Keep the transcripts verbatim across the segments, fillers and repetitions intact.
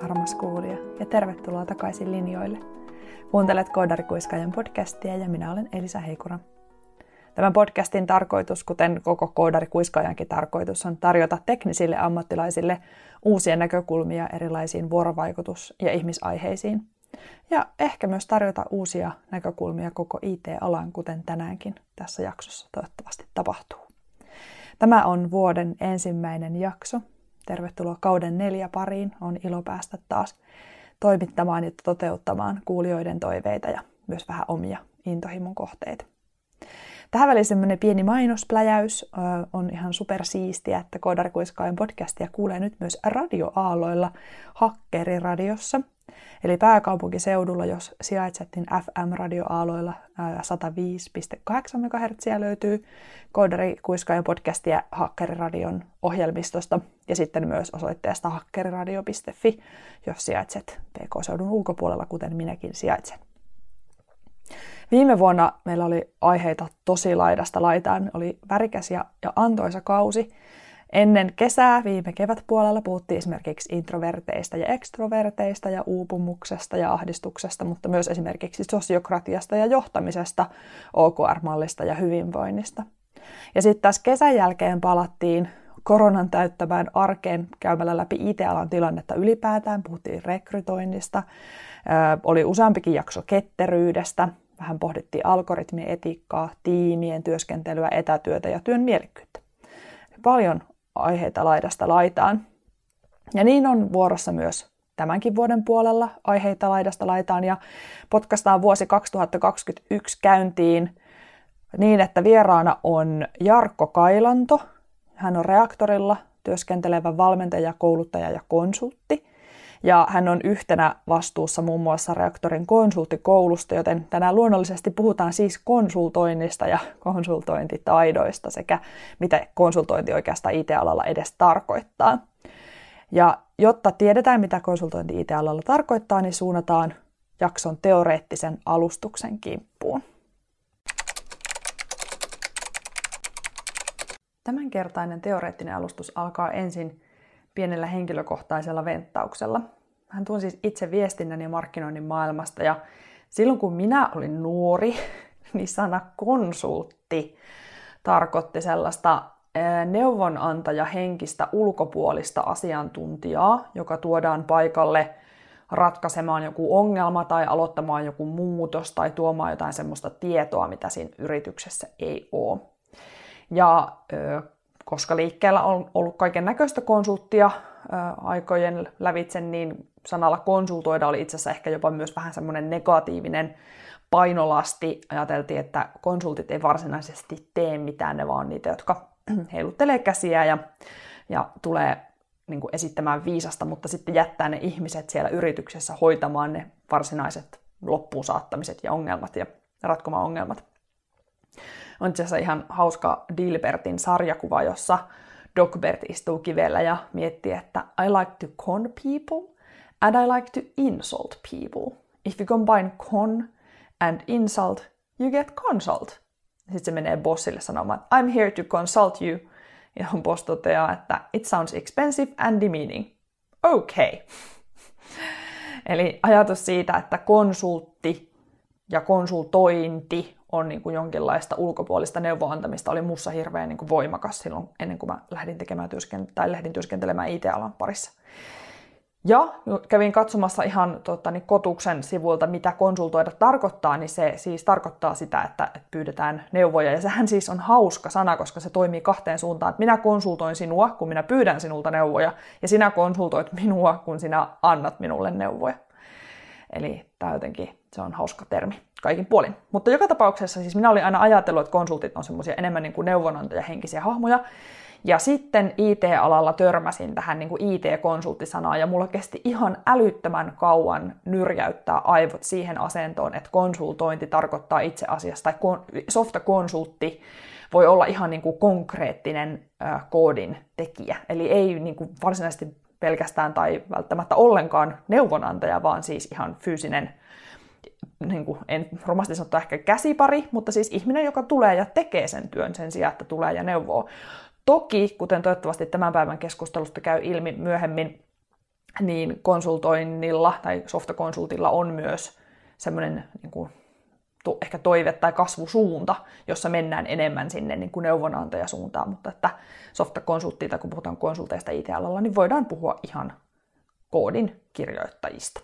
armas kuulija, ja tervetuloa takaisin linjoille. Kuuntelet Koodarikuiskaajan podcastia ja minä olen Elisa Heikura. Tämän podcastin tarkoitus, kuten koko Koodarikuiskaajankin tarkoitus, on tarjota teknisille ammattilaisille uusia näkökulmia erilaisiin vuorovaikutus- ja ihmisaiheisiin. Ja ehkä myös tarjota uusia näkökulmia koko I T-alan, kuten tänäänkin tässä jaksossa toivottavasti tapahtuu. Tämä on vuoden ensimmäinen jakso. Tervetuloa kauden neljä pariin. On ilo päästä taas toimittamaan ja toteuttamaan kuulijoiden toiveita ja myös vähän omia intohimon kohteita. Tähän väliin semmoinen pieni mainospläjäys. On ihan supersiistiä, että Koodarikuiskaajan podcastia kuulee nyt myös radioaaloilla Hakkeriradiossa. Eli pääkaupunkiseudulla, jos sijaitset, niin F M-radioaaloilla sata viisi pilkku kahdeksan megahertsiä löytyy Koodarikuiskaajan podcastia Hakkeriradion ohjelmistosta ja sitten myös osoitteesta hakkeriradio piste fi, jos sijaitset P K-seudun ulkopuolella, kuten minäkin sijaitsen. Viime vuonna meillä oli aiheita tosi laidasta laitaan, oli värikäs ja, ja antoisa kausi. Ennen kesää viime kevätpuolella puhuttiin esimerkiksi introverteista ja ekstroverteista ja uupumuksesta ja ahdistuksesta, mutta myös esimerkiksi sosiokratiasta ja johtamisesta, O K R-mallista ja hyvinvoinnista. Ja sitten taas kesän jälkeen palattiin koronan täyttämään arkeen käymällä läpi I T-alan tilannetta ylipäätään, puhuttiin rekrytoinnista, ö, oli useampikin jakso ketteryydestä, vähän pohdittiin algoritmietiikkaa, tiimien työskentelyä, etätyötä ja työn mielekkyyttä. Paljon aiheita laidasta laitaan. Ja niin on vuorossa myös tämänkin vuoden puolella aiheita laidasta laitaan ja podcastaan vuosi kaksituhattakaksikymmentäyksi käyntiin niin, että vieraana on Jarkko Kailanto. Hän on Reaktorilla työskentelevä valmentaja, kouluttaja ja konsultti. Ja hän on yhtenä vastuussa muun muassa Reaktorin konsulttikoulusta, joten tänään luonnollisesti puhutaan siis konsultoinnista ja konsultointitaidoista sekä mitä konsultointi oikeastaan I T-alalla edes tarkoittaa. Ja jotta tiedetään, mitä konsultointi I T-alalla tarkoittaa, niin suunnataan jakson teoreettisen alustuksen kimppuun. Tämänkertainen teoreettinen alustus alkaa ensin pienellä henkilökohtaisella venttauksella. Hän tuon siis itse viestinnän ja markkinoinnin maailmasta ja silloin kun minä olin nuori, niin sana konsultti tarkoitti sellaista neuvonantaja henkistä ulkopuolista asiantuntijaa, joka tuodaan paikalle ratkaisemaan joku ongelma tai aloittamaan joku muutos tai tuomaan jotain semmoista tietoa, mitä siinä yrityksessä ei ole. Ja koska liikkeellä on ollut kaiken näköistä konsulttia ää, aikojen lävitse, niin sanalla konsultoida oli itse asiassa ehkä jopa myös vähän semmoinen negatiivinen painolasti. Ajateltiin, että konsultit ei varsinaisesti tee mitään, ne vaan niitä, jotka heiluttelee käsiä ja, ja tulee niin kuin esittämään viisasta, mutta sitten jättää ne ihmiset siellä yrityksessä hoitamaan ne varsinaiset loppuun saattamiset ja ongelmat ja ratkomaan ongelmat. On itse asiassa ihan hauska Dilbertin sarjakuva, jossa Dogbert istuu kivellä ja miettii, että I like to con people and I like to insult people. If you combine con and insult, you get consult. Sitten se menee bossille sanomaan, I'm here to consult you. Ja boss toteaa, että it sounds expensive and demeaning. Okay. Eli ajatus siitä, että konsultti ja konsultointi on niin kuin jonkinlaista ulkopuolista neuvoantamista, oli mussa hirveän niin kuin voimakas silloin, ennen kuin mä lähdin, tekemään työskent- tai lähdin työskentelemään I T-alan parissa. Ja kävin katsomassa ihan tota, niin Kotuksen sivuilta, mitä konsultoida tarkoittaa, niin se siis tarkoittaa sitä, että, että pyydetään neuvoja. Ja sehän siis on hauska sana, koska se toimii kahteen suuntaan. Että minä konsultoin sinua, kun minä pyydän sinulta neuvoja, ja sinä konsultoit minua, kun sinä annat minulle neuvoja. Eli tämä jotenkin, se on hauska termi kaikin puolin. Mutta joka tapauksessa siis minä olin aina ajatellut, että konsultit on semmoisia enemmän niin kuin neuvonantajahenkisiä hahmoja. Ja sitten I T-alalla törmäsin tähän niin kuin I T-konsulttisanaan ja mulla kesti ihan älyttömän kauan nyrjäyttää aivot siihen asentoon, että konsultointi tarkoittaa itse asiassa, tai softakonsultti voi olla ihan niin kuin konkreettinen äh, koodin tekijä. Eli ei niin kuin varsinaisesti pelkästään tai välttämättä ollenkaan neuvonantaja, vaan siis ihan fyysinen, niin kuin, en romasti sanottu ehkä käsipari, mutta siis ihminen, joka tulee ja tekee sen työn sen sijaan, että tulee ja neuvoo. Toki, kuten toivottavasti tämän päivän keskustelusta käy ilmi myöhemmin, niin konsultoinnilla tai softakonsultilla on myös semmoinen niin kuin, to, ehkä toive tai kasvusuunta, jossa mennään enemmän sinne niin kuin neuvonantajasuuntaan, mutta että softakonsulttilta, kun puhutaan konsulteista I T-alalla, niin voidaan puhua ihan koodin kirjoittajista.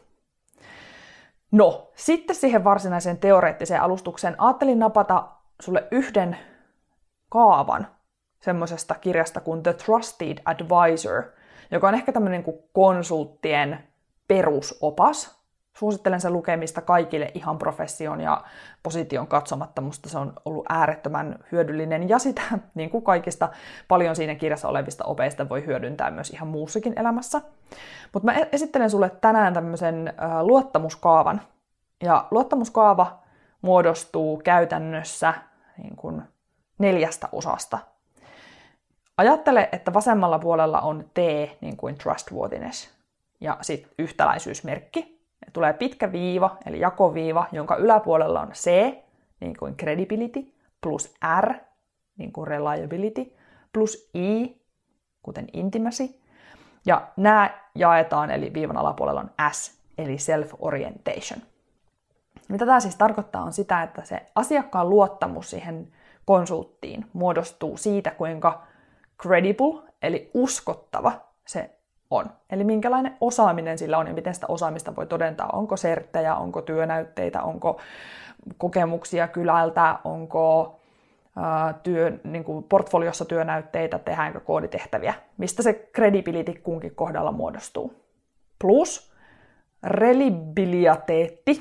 No, sitten siihen varsinaiseen teoreettiseen alustukseen ajattelin napata sulle yhden kaavan semmoisesta kirjasta kuin The Trusted Advisor, joka on ehkä tämmöinen kuin konsulttien perusopas. Suosittelen sen lukemista kaikille ihan profession ja position katsomatta. Musta se on ollut äärettömän hyödyllinen ja sitä niin kuin kaikista paljon siinä kirjassa olevista opeista voi hyödyntää myös ihan muussakin elämässä. Mutta mä esittelen sulle tänään tämmöisen äh, luottamuskaavan. Ja luottamuskaava muodostuu käytännössä niin kuin neljästä osasta. Ajattele, että vasemmalla puolella on T, niin kuin trustworthiness, ja sitten yhtäläisyysmerkki. Ja tulee pitkä viiva, eli jakoviiva, jonka yläpuolella on C, niin kuin credibility, plus R, niin kuin reliability, plus I, kuten intimacy. Ja nämä jaetaan, eli viivan alapuolella on S, eli self-orientation. Mitä tämä siis tarkoittaa on sitä, että se asiakkaan luottamus siihen konsulttiin muodostuu siitä, kuinka credible, eli uskottava se on. Eli minkälainen osaaminen sillä on ja miten sitä osaamista voi todentaa. Onko serttejä, onko työnäytteitä, onko kokemuksia kylältä, onko ää, työ, niin kuin portfoliossa työnäytteitä, tehdäänkö kooditehtäviä. Mistä se credibility kunkin kohdalla muodostuu. Plus reliabiliteetti.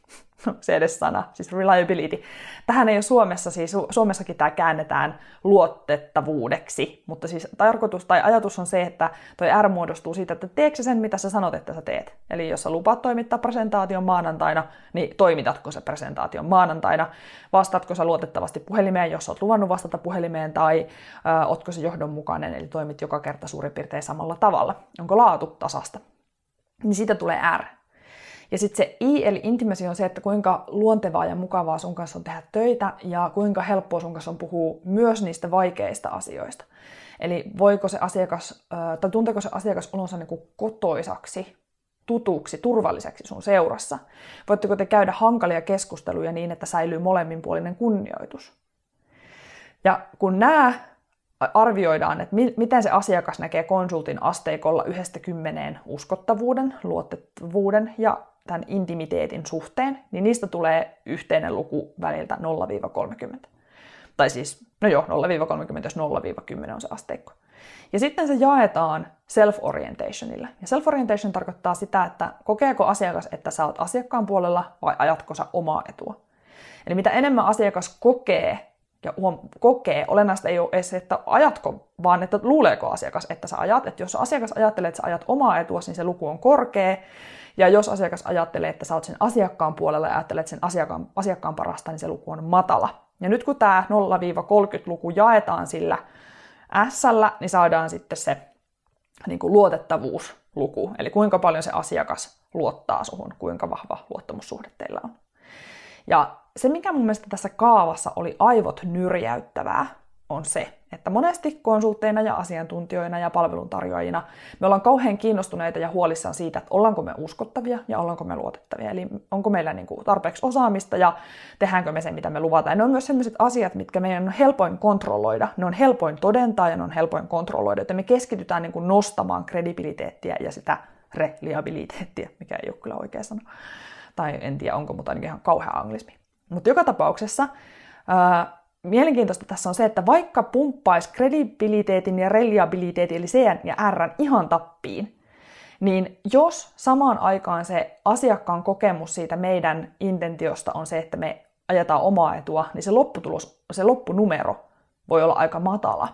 Se edes sana, siis reliability. Tähän ei ole Suomessa, siis Suomessakin tämä käännetään luotettavuudeksi, mutta siis tarkoitus tai ajatus on se, että toi R muodostuu siitä, että teetkö sä sen, mitä sä sanot, että sä teet. Eli jos sä lupaat toimittaa presentaation maanantaina, niin toimitatko sä presentaation maanantaina, vastaatko sä luotettavasti puhelimeen, jos sä oot luvannut vastata puhelimeen, tai ö, ootko se johdonmukainen, eli toimit joka kerta suurin piirtein samalla tavalla. Onko laatu tasasta? Niin siitä tulee R. Ja sitten se I, eli intimacy, on se, että kuinka luontevaa ja mukavaa sun kanssa on tehdä töitä ja kuinka helppoa sun kanssa on puhua myös niistä vaikeista asioista. Eli voiko se asiakas, tai tunteeko se asiakas olonsa niin kuin kotoisaksi, tutuksi, turvalliseksi sun seurassa? Voitteko te käydä hankalia keskusteluja niin, että säilyy molemminpuolinen kunnioitus? Ja kun nämä arvioidaan, että miten se asiakas näkee konsultin asteikolla yhdestä kymmeneen uskottavuuden, luotettavuuden ja tämän intimiteetin suhteen, niin niistä tulee yhteinen luku väliltä nolla kolmekymmentä. Tai siis, no joo, nolla kolmekymmentä, jos nolla kymmenen on se asteikko. Ja sitten se jaetaan self-orientationilla. Ja self-orientation tarkoittaa sitä, että kokeeko asiakas, että sä oot asiakkaan puolella vai ajatko sä omaa etua. Eli mitä enemmän asiakas kokee, ja huom, kokee, olennaista ei ole edes, että ajatko, vaan että luuleeko asiakas, että sä ajat. Että jos asiakas ajattelee, että sä ajat omaa etua, niin se luku on korkea. Ja jos asiakas ajattelee, että sä oot sen asiakkaan puolella ja ajattelet sen asiakkaan, asiakkaan parasta, niin se luku on matala. Ja nyt kun tämä nolla kolmekymmentä luku jaetaan sillä S:llä, niin saadaan sitten se niin kuin luotettavuusluku. Eli kuinka paljon se asiakas luottaa suhun, kuinka vahva luottamussuhde teillä on. Ja se, mikä mun mielestä tässä kaavassa oli aivot nyrjäyttävää, on se, että monesti konsultteina ja asiantuntijoina ja palveluntarjoajina me ollaan kauhean kiinnostuneita ja huolissaan siitä, että ollaanko me uskottavia ja ollaanko me luotettavia. Eli onko meillä niin kuin tarpeeksi osaamista ja tehdäänkö me sen, mitä me luvataan. Ja ne on myös sellaiset asiat, mitkä meidän on helpoin kontrolloida. Ne on helpoin todentaa ja ne on helpoin kontrolloida, joten me keskitytään niin kuin nostamaan kredibiliteettiä ja sitä reliabiliteettiä, mikä ei ole kyllä oikea sana. Tai en tiedä onko, mutta ainakin ihan kauhea anglismi. Mutta joka tapauksessa ää, mielenkiintoista tässä on se, että vaikka pumppaisi kredibiliteetin ja reliabiliteetin, eli C ja R ihan tappiin, niin jos samaan aikaan se asiakkaan kokemus siitä meidän intentiosta on se, että me ajetaan omaa etua, niin se lopputulos, se loppunumero voi olla aika matala.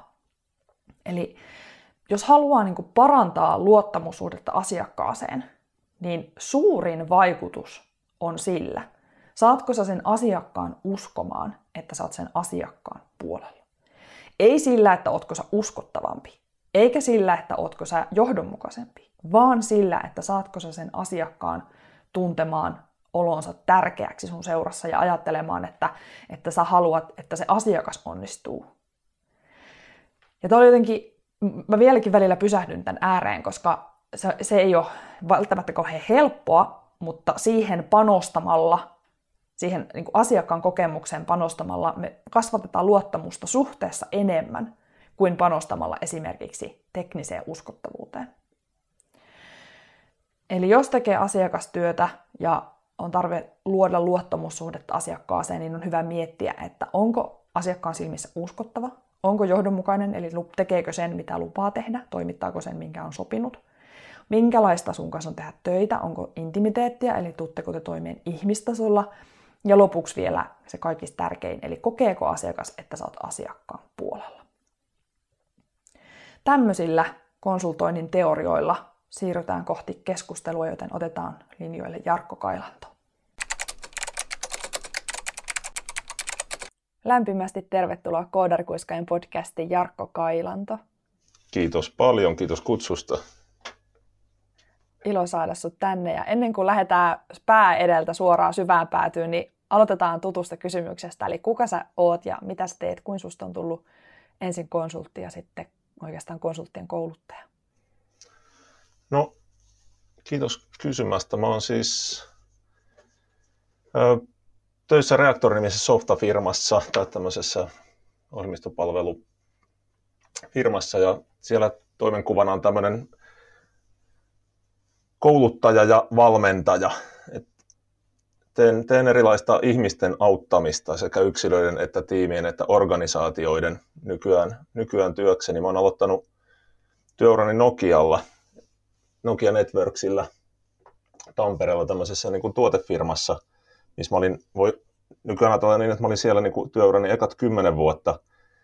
Eli jos haluaa niin kuin parantaa luottamussuhdetta asiakkaaseen, niin suurin vaikutus on sillä, saatko sä sen asiakkaan uskomaan, että sä oot sen asiakkaan puolella. Ei sillä, että ootko sä uskottavampi, eikä sillä, että ootko sä johdonmukaisempi, vaan sillä, että saatko sä sen asiakkaan tuntemaan olonsa tärkeäksi sun seurassa ja ajattelemaan, että, että sä haluat, että se asiakas onnistuu. Ja toi oli jotenkin, mä vieläkin välillä pysähdyn tämän ääreen, koska se, se ei ole välttämättä kauhean helppoa, mutta siihen panostamalla, siihen niin kuin asiakkaan kokemukseen panostamalla me kasvatetaan luottamusta suhteessa enemmän kuin panostamalla esimerkiksi tekniseen uskottavuuteen. Eli jos tekee asiakastyötä ja on tarve luoda luottamussuhdetta asiakkaaseen, niin on hyvä miettiä, että onko asiakkaan silmissä uskottava, onko johdonmukainen, eli tekeekö sen, mitä lupaa tehdä, toimittaako sen, minkä on sopinut, minkälaista sun kanssa on tehdä töitä, onko intimiteettiä, eli tuutteko te toimeen ihmistasolla, ja lopuksi vielä se kaikista tärkein, eli kokeeko asiakas, että sä oot asiakkaan puolella. Tämmöisillä konsultoinnin teorioilla siirrytään kohti keskustelua, joten otetaan linjoille Jarkko Kailanto. Lämpimästi tervetuloa Koodarikuiskaajien podcastiin Jarkko Kailanto. Kiitos paljon, kiitos kutsusta. Ilo saada sut tänne. Ja ennen kuin lähdetään pää edeltä suoraan syvään päätyyn, niin aloitetaan tutusta kysymyksestä. Eli kuka sä oot ja mitä sä teet, kuin susta on tullut ensin konsultti ja sitten oikeastaan konsulttien kouluttaja? No, kiitos kysymästä. Mä oon siis ö, töissä Reaktor-nimisessä softafirmassa tai tämmöisessä ohjelmistopalvelufirmassa ja siellä toimenkuvana on tämmöinen kouluttaja ja valmentaja. Et teen, teen erilaista ihmisten auttamista sekä yksilöiden että tiimien että organisaatioiden nykyään, nykyään työkseni. Mä oon aloittanut työurani Nokialla. Nokia Networksillä Tampereella tämmöisessä niin kuin tuotefirmassa, missä mä olin, voi nykyään ajatella niin, että mä olin siellä niin kuin työurani ekat kymmenen vuotta.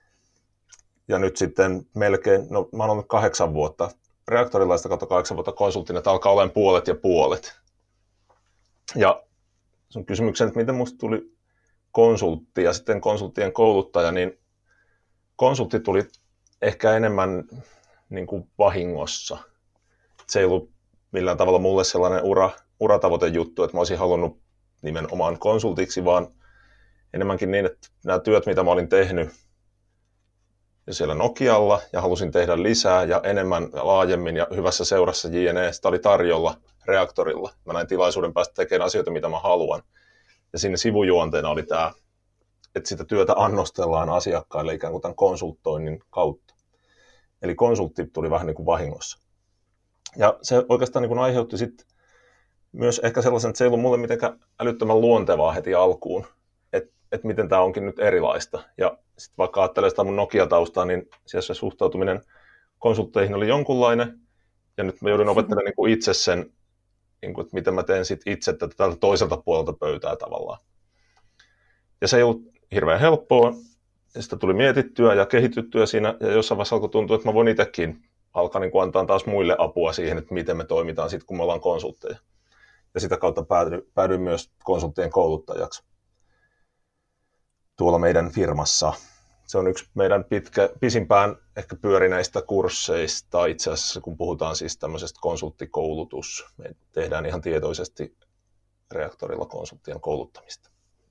Ja nyt sitten melkein, no mä oon ollut kahdeksan vuotta reaktorilaista kautta kahdeksan vuotta konsulttina, että alkaa olemaan puolet ja puolet. Ja sun kysymyksen, että miten musta tuli konsultti ja sitten konsulttien kouluttaja, niin konsultti tuli ehkä enemmän niin kuin vahingossa. Se ei ollut millään tavalla mulle sellainen ura, uratavoitejuttu, että mä olisin halunnut nimenomaan konsultiksi, vaan enemmänkin niin, että nämä työt, mitä mä olin tehnyt ja siellä Nokialla ja halusin tehdä lisää ja enemmän ja laajemmin ja hyvässä seurassa J N E, sitä oli tarjolla Reaktorilla. Mä näin tilaisuuden päästä tekemään asioita, mitä mä haluan. Ja siinä sivujuonteena oli tämä, että sitä työtä annostellaan asiakkaille ikään kuin tämän konsultoinnin kautta. Eli konsultti tuli vähän niin kuin vahingossa. Ja se oikeastaan niin kuin aiheutti sitten myös ehkä sellaisen, että se ei ollut mulle mitenkään älyttömän luontevaa heti alkuun, että, että miten tämä onkin nyt erilaista. Ja sitten vaikka ajattelee sitä mun Nokia-taustaa, niin siellä se suhtautuminen konsultteihin oli jonkunlainen. Ja nyt mä joudun opettelemaan niin kuin itse sen, niin kuin, että miten mä teen sit itse tätä tältä toiselta puolelta pöytää tavallaan. Ja se ei ollut hirveän helppoa. Ja sitä tuli mietittyä ja kehityttyä siinä. Ja jossain vaiheessa alkoi tuntua, että mä voin itsekin alkaa niin kuin antaa taas muille apua siihen, että miten me toimitaan sitten, kun me ollaan konsultteja. Ja sitä kautta päädyin, päädyin myös konsulttien kouluttajaksi tuolla meidän firmassa. Se on yksi meidän pitkä, pisimpään ehkä pyörineistä kursseista itse asiassa, kun puhutaan siis tämmöisestä konsulttikoulutus. Me tehdään ihan tietoisesti Reaktorilla konsulttien kouluttamista.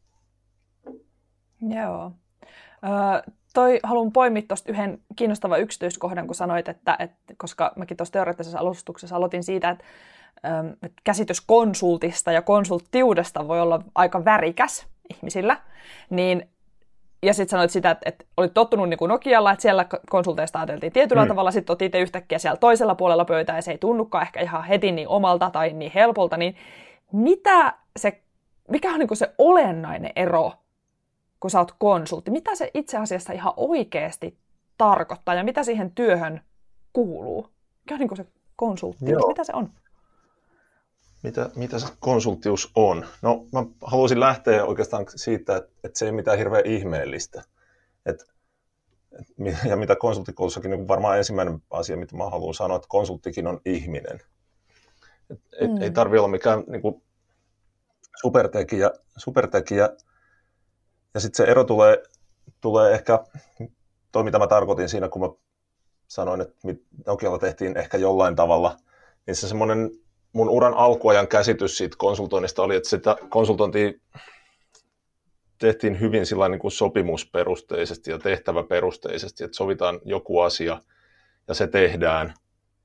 Joo. Ö, toi, haluan poimia tuosta yhden kiinnostavan yksityiskohdan, kun sanoit, että, että koska mäkin tuossa teoreettisessa alustuksessa aloitin siitä, että, että käsitys konsultista ja konsulttiudesta voi olla aika värikäs ihmisillä, niin ja sitten sanoit sitä, että, että olit tottunut niin kuin Nokialla, että siellä konsulteista ajateltiin tietyllä mm. tavalla, sitten otit yhtäkkiä siellä toisella puolella pöytää, ja se ei tunnukaan ehkä ihan heti niin omalta tai niin helpolta, niin mitä se, mikä on niin kuin se olennainen ero, kun sä oot konsultti? Mitä se itse asiassa ihan oikeasti tarkoittaa, ja mitä siihen työhön kuuluu? Mikä on niin kuin se konsulttius? Joo. Mitä se on? Mitä, mitä se konsulttius on? No, mä haluaisin lähteä oikeastaan siitä, että, että se ei ole mitään hirveän ihmeellistä. Et, et, ja mitä konsulttikoulussakin niin varmaan ensimmäinen asia, mitä mä haluan sanoa, että konsulttikin on ihminen. Et, et, mm. Ei tarvitse olla mikään niin kuin supertekijä, supertekijä. Ja sitten se ero tulee, tulee ehkä, toi mitä mä tarkoitin siinä, kun mä sanoin, että Nokialla tehtiin ehkä jollain tavalla, niin se semmoinen mun uran alkuajan käsitys siitä konsultoinnista oli, että sitä konsultointia tehtiin hyvin sillä niin kuin sopimusperusteisesti ja tehtäväperusteisesti, että sovitaan joku asia ja se tehdään.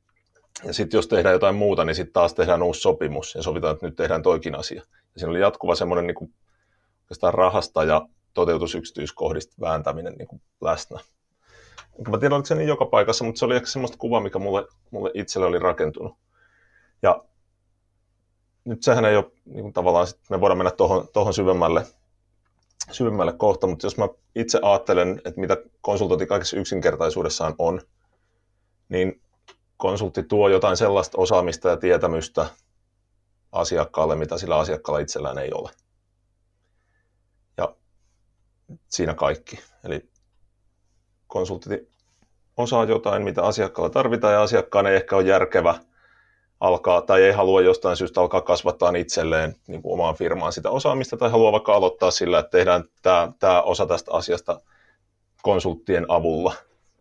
Ja sitten jos tehdään jotain muuta, niin sitten taas tehdään uusi sopimus ja sovitaan, että nyt tehdään toikin asia. Ja siinä oli jatkuva semmoinen niin kuin oikeastaan rahasta ja toteutusyksityiskohdista vääntäminen niin kuin läsnä. Enkä mä tiedä, oliko se niin joka paikassa, mutta se oli ehkä semmoista kuvaa, mikä mulle, mulle itselle oli rakentunut. Ja nyt sehän ei ole niin kuin tavallaan, me voidaan mennä tuohon, tuohon syvemmälle, syvemmälle kohta, mutta jos mä itse ajattelen, että mitä konsultointi kaikessa yksinkertaisuudessaan on, niin konsultti tuo jotain sellaista osaamista ja tietämystä asiakkaalle, mitä sillä asiakkaalla itsellään ei ole. Ja siinä kaikki. Eli konsultti osaa jotain, mitä asiakkaalla tarvitaan, ja asiakkaan ei ehkä ole järkevä alkaa, tai ei halua jostain syystä alkaa kasvattaa itselleen niin kuin omaan firmaan sitä osaamista, tai haluaa vaikka aloittaa sillä, että tehdään tämä, tämä osa tästä asiasta konsulttien avulla.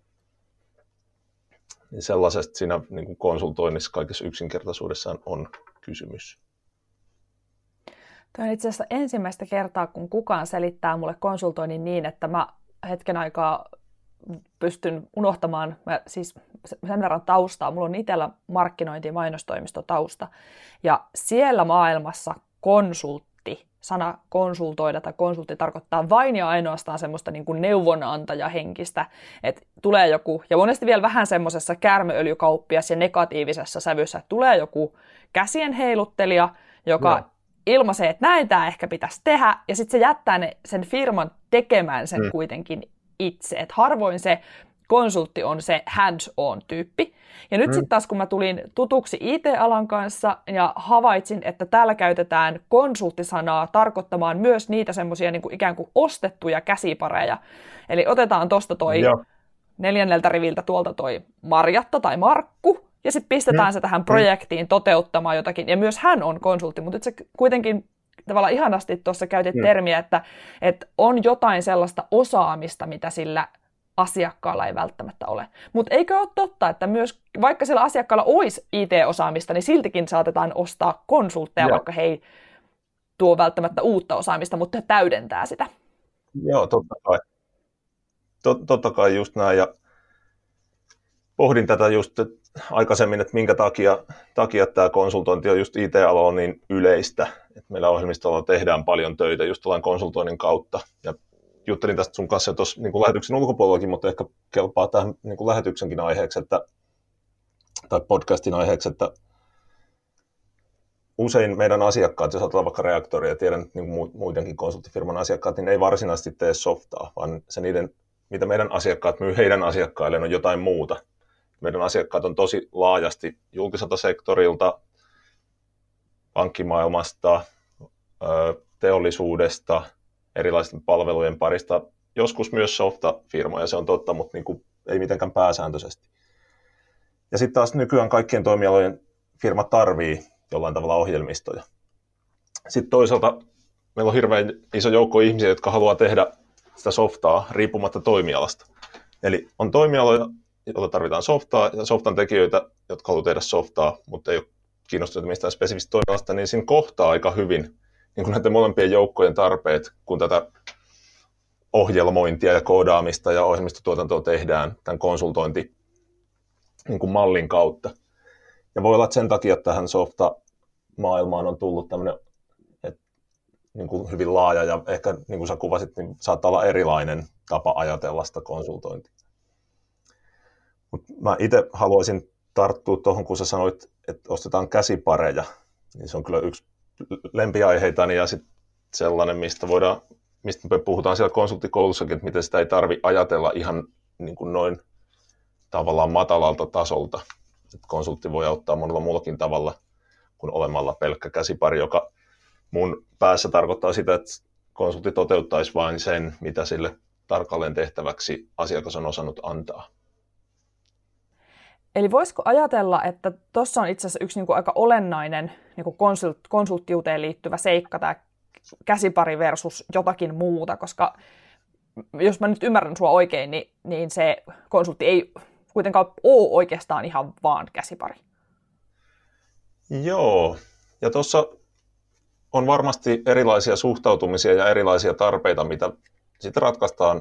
Niin sellaisesta siinä niin kuin konsultoinnissa kaikessa yksinkertaisuudessaan on kysymys. Tämä on itse asiassa ensimmäistä kertaa, kun kukaan selittää mulle konsultoinnin niin, että mä hetken aikaa pystyn unohtamaan, mä siis sen verran taustaa, mulla on itsellä markkinointi- ja mainostoimistotausta, ja siellä maailmassa konsultti, sana konsultoida tai konsultti tarkoittaa vain ja ainoastaan semmoista niin kuin neuvonantajahenkistä, että tulee joku, ja monesti vielä vähän semmoisessa kärmeöljykauppias ja negatiivisessa sävyssä, että tulee joku käsien heiluttelija, joka no. ilmaisee, että näin tämä ehkä pitäisi tehdä, ja sitten se jättää ne, sen firman tekemään sen mm. kuitenkin itse. Et harvoin se konsultti on se hands-on-tyyppi. Ja nyt mm. sitten taas, kun mä tulin tutuksi I T-alan kanssa ja havaitsin, että täällä käytetään konsulttisanaa tarkoittamaan myös niitä semmoisia niin kuin ikään kuin ostettuja käsipareja. Eli otetaan tuosta toi Joo. neljänneltä riviltä tuolta toi Marjatta tai Markku, ja sitten pistetään mm. se tähän projektiin toteuttamaan jotakin. Ja myös hän on konsultti, mutta se kuitenkin tavallaan ihanasti tuossa käytit mm. termiä, että, että on jotain sellaista osaamista, mitä sillä asiakkaalla ei välttämättä ole. Mutta eikö ole totta, että myös vaikka sillä asiakkaalla olisi I T-osaamista, niin siltikin saatetaan ostaa konsultteja, Joo. vaikka he ei tuo välttämättä uutta osaamista, mutta he täydentää sitä. Joo, totta kai. Tot, totta kai just näin. Ja pohdin tätä just aikaisemmin, että minkä takia, takia tämä konsultointi on just I T-alalla niin yleistä. Että meillä ohjelmistolla tehdään paljon töitä just tällainen konsultoinnin kautta. Ja juttelin tästä sun kanssa tuossa niin kuin lähetyksen ulkopuolellakin, mutta ehkä kelpaa tähän niin kuin lähetyksenkin aiheeksi, että, tai podcastin aiheeksi, että usein meidän asiakkaat, jos ajatellaan vaikka Reaktoria ja tiedän niin kuin muidenkin konsulttifirman asiakkaat, niin ne ei varsinaisesti tee softaa, vaan se niiden, mitä meidän asiakkaat myy heidän asiakkailleen, on jotain muuta. Meidän asiakkaat on tosi laajasti julkiselta sektorilta, pankkimaailmasta, teollisuudesta, erilaisten palvelujen parista, joskus myös softa-firmoja, se on totta, mutta niin kuin ei mitenkään pääsääntöisesti. Ja sitten taas nykyään kaikkien toimialojen firmat tarvii jollain tavalla ohjelmistoja. Sitten toisaalta meillä on hirveän iso joukko ihmisiä, jotka haluaa tehdä sitä softaa riippumatta toimialasta. Eli on toimialoja, joilla tarvitaan softaa, ja softan tekijöitä, jotka haluaa tehdä softaa, mutta ei ole kiinnostuneita mistään spesifistä toimialasta, niin siinä kohtaa aika hyvin niin kuin näiden molempien joukkojen tarpeet, kun tätä ohjelmointia ja koodaamista ja ohjelmistotuotantoa tehdään tämän konsultointi niin kuin mallin kautta. Ja voi olla, että sen takia tähän softa-maailmaan on tullut tämmöinen että, niin kuin hyvin laaja ja ehkä niin kuin sä kuvasit, niin saattaa olla erilainen tapa ajatella sitä konsultointia. Mut mä itse haluaisin tarttua tuohon, kun sä sanoit, että ostetaan käsipareja, niin se on kyllä yksi lempiaiheitani ja sitten sellainen, mistä voidaan, mistä me puhutaan siellä konsulttikoulussakin, että miten sitä ei tarvitse ajatella ihan niin kuin noin tavallaan matalalta tasolta. Että konsultti voi auttaa monella muullakin tavalla kuin olemalla pelkkä käsipari, joka mun päässä tarkoittaa sitä, että konsultti toteuttaisi vain sen, mitä sille tarkalleen tehtäväksi asiakas on osannut antaa. Eli voisiko ajatella, että tuossa on itse asiassa yksi niin kuin aika olennainen niin kuin konsult, konsulttiuteen liittyvä seikka, tämä käsipari versus jotakin muuta, koska jos mä nyt ymmärrän sua oikein, niin, niin se konsultti ei kuitenkaan ole oikeastaan ihan vaan käsipari. Joo, ja tuossa on varmasti erilaisia suhtautumisia ja erilaisia tarpeita, mitä sitten ratkaistaan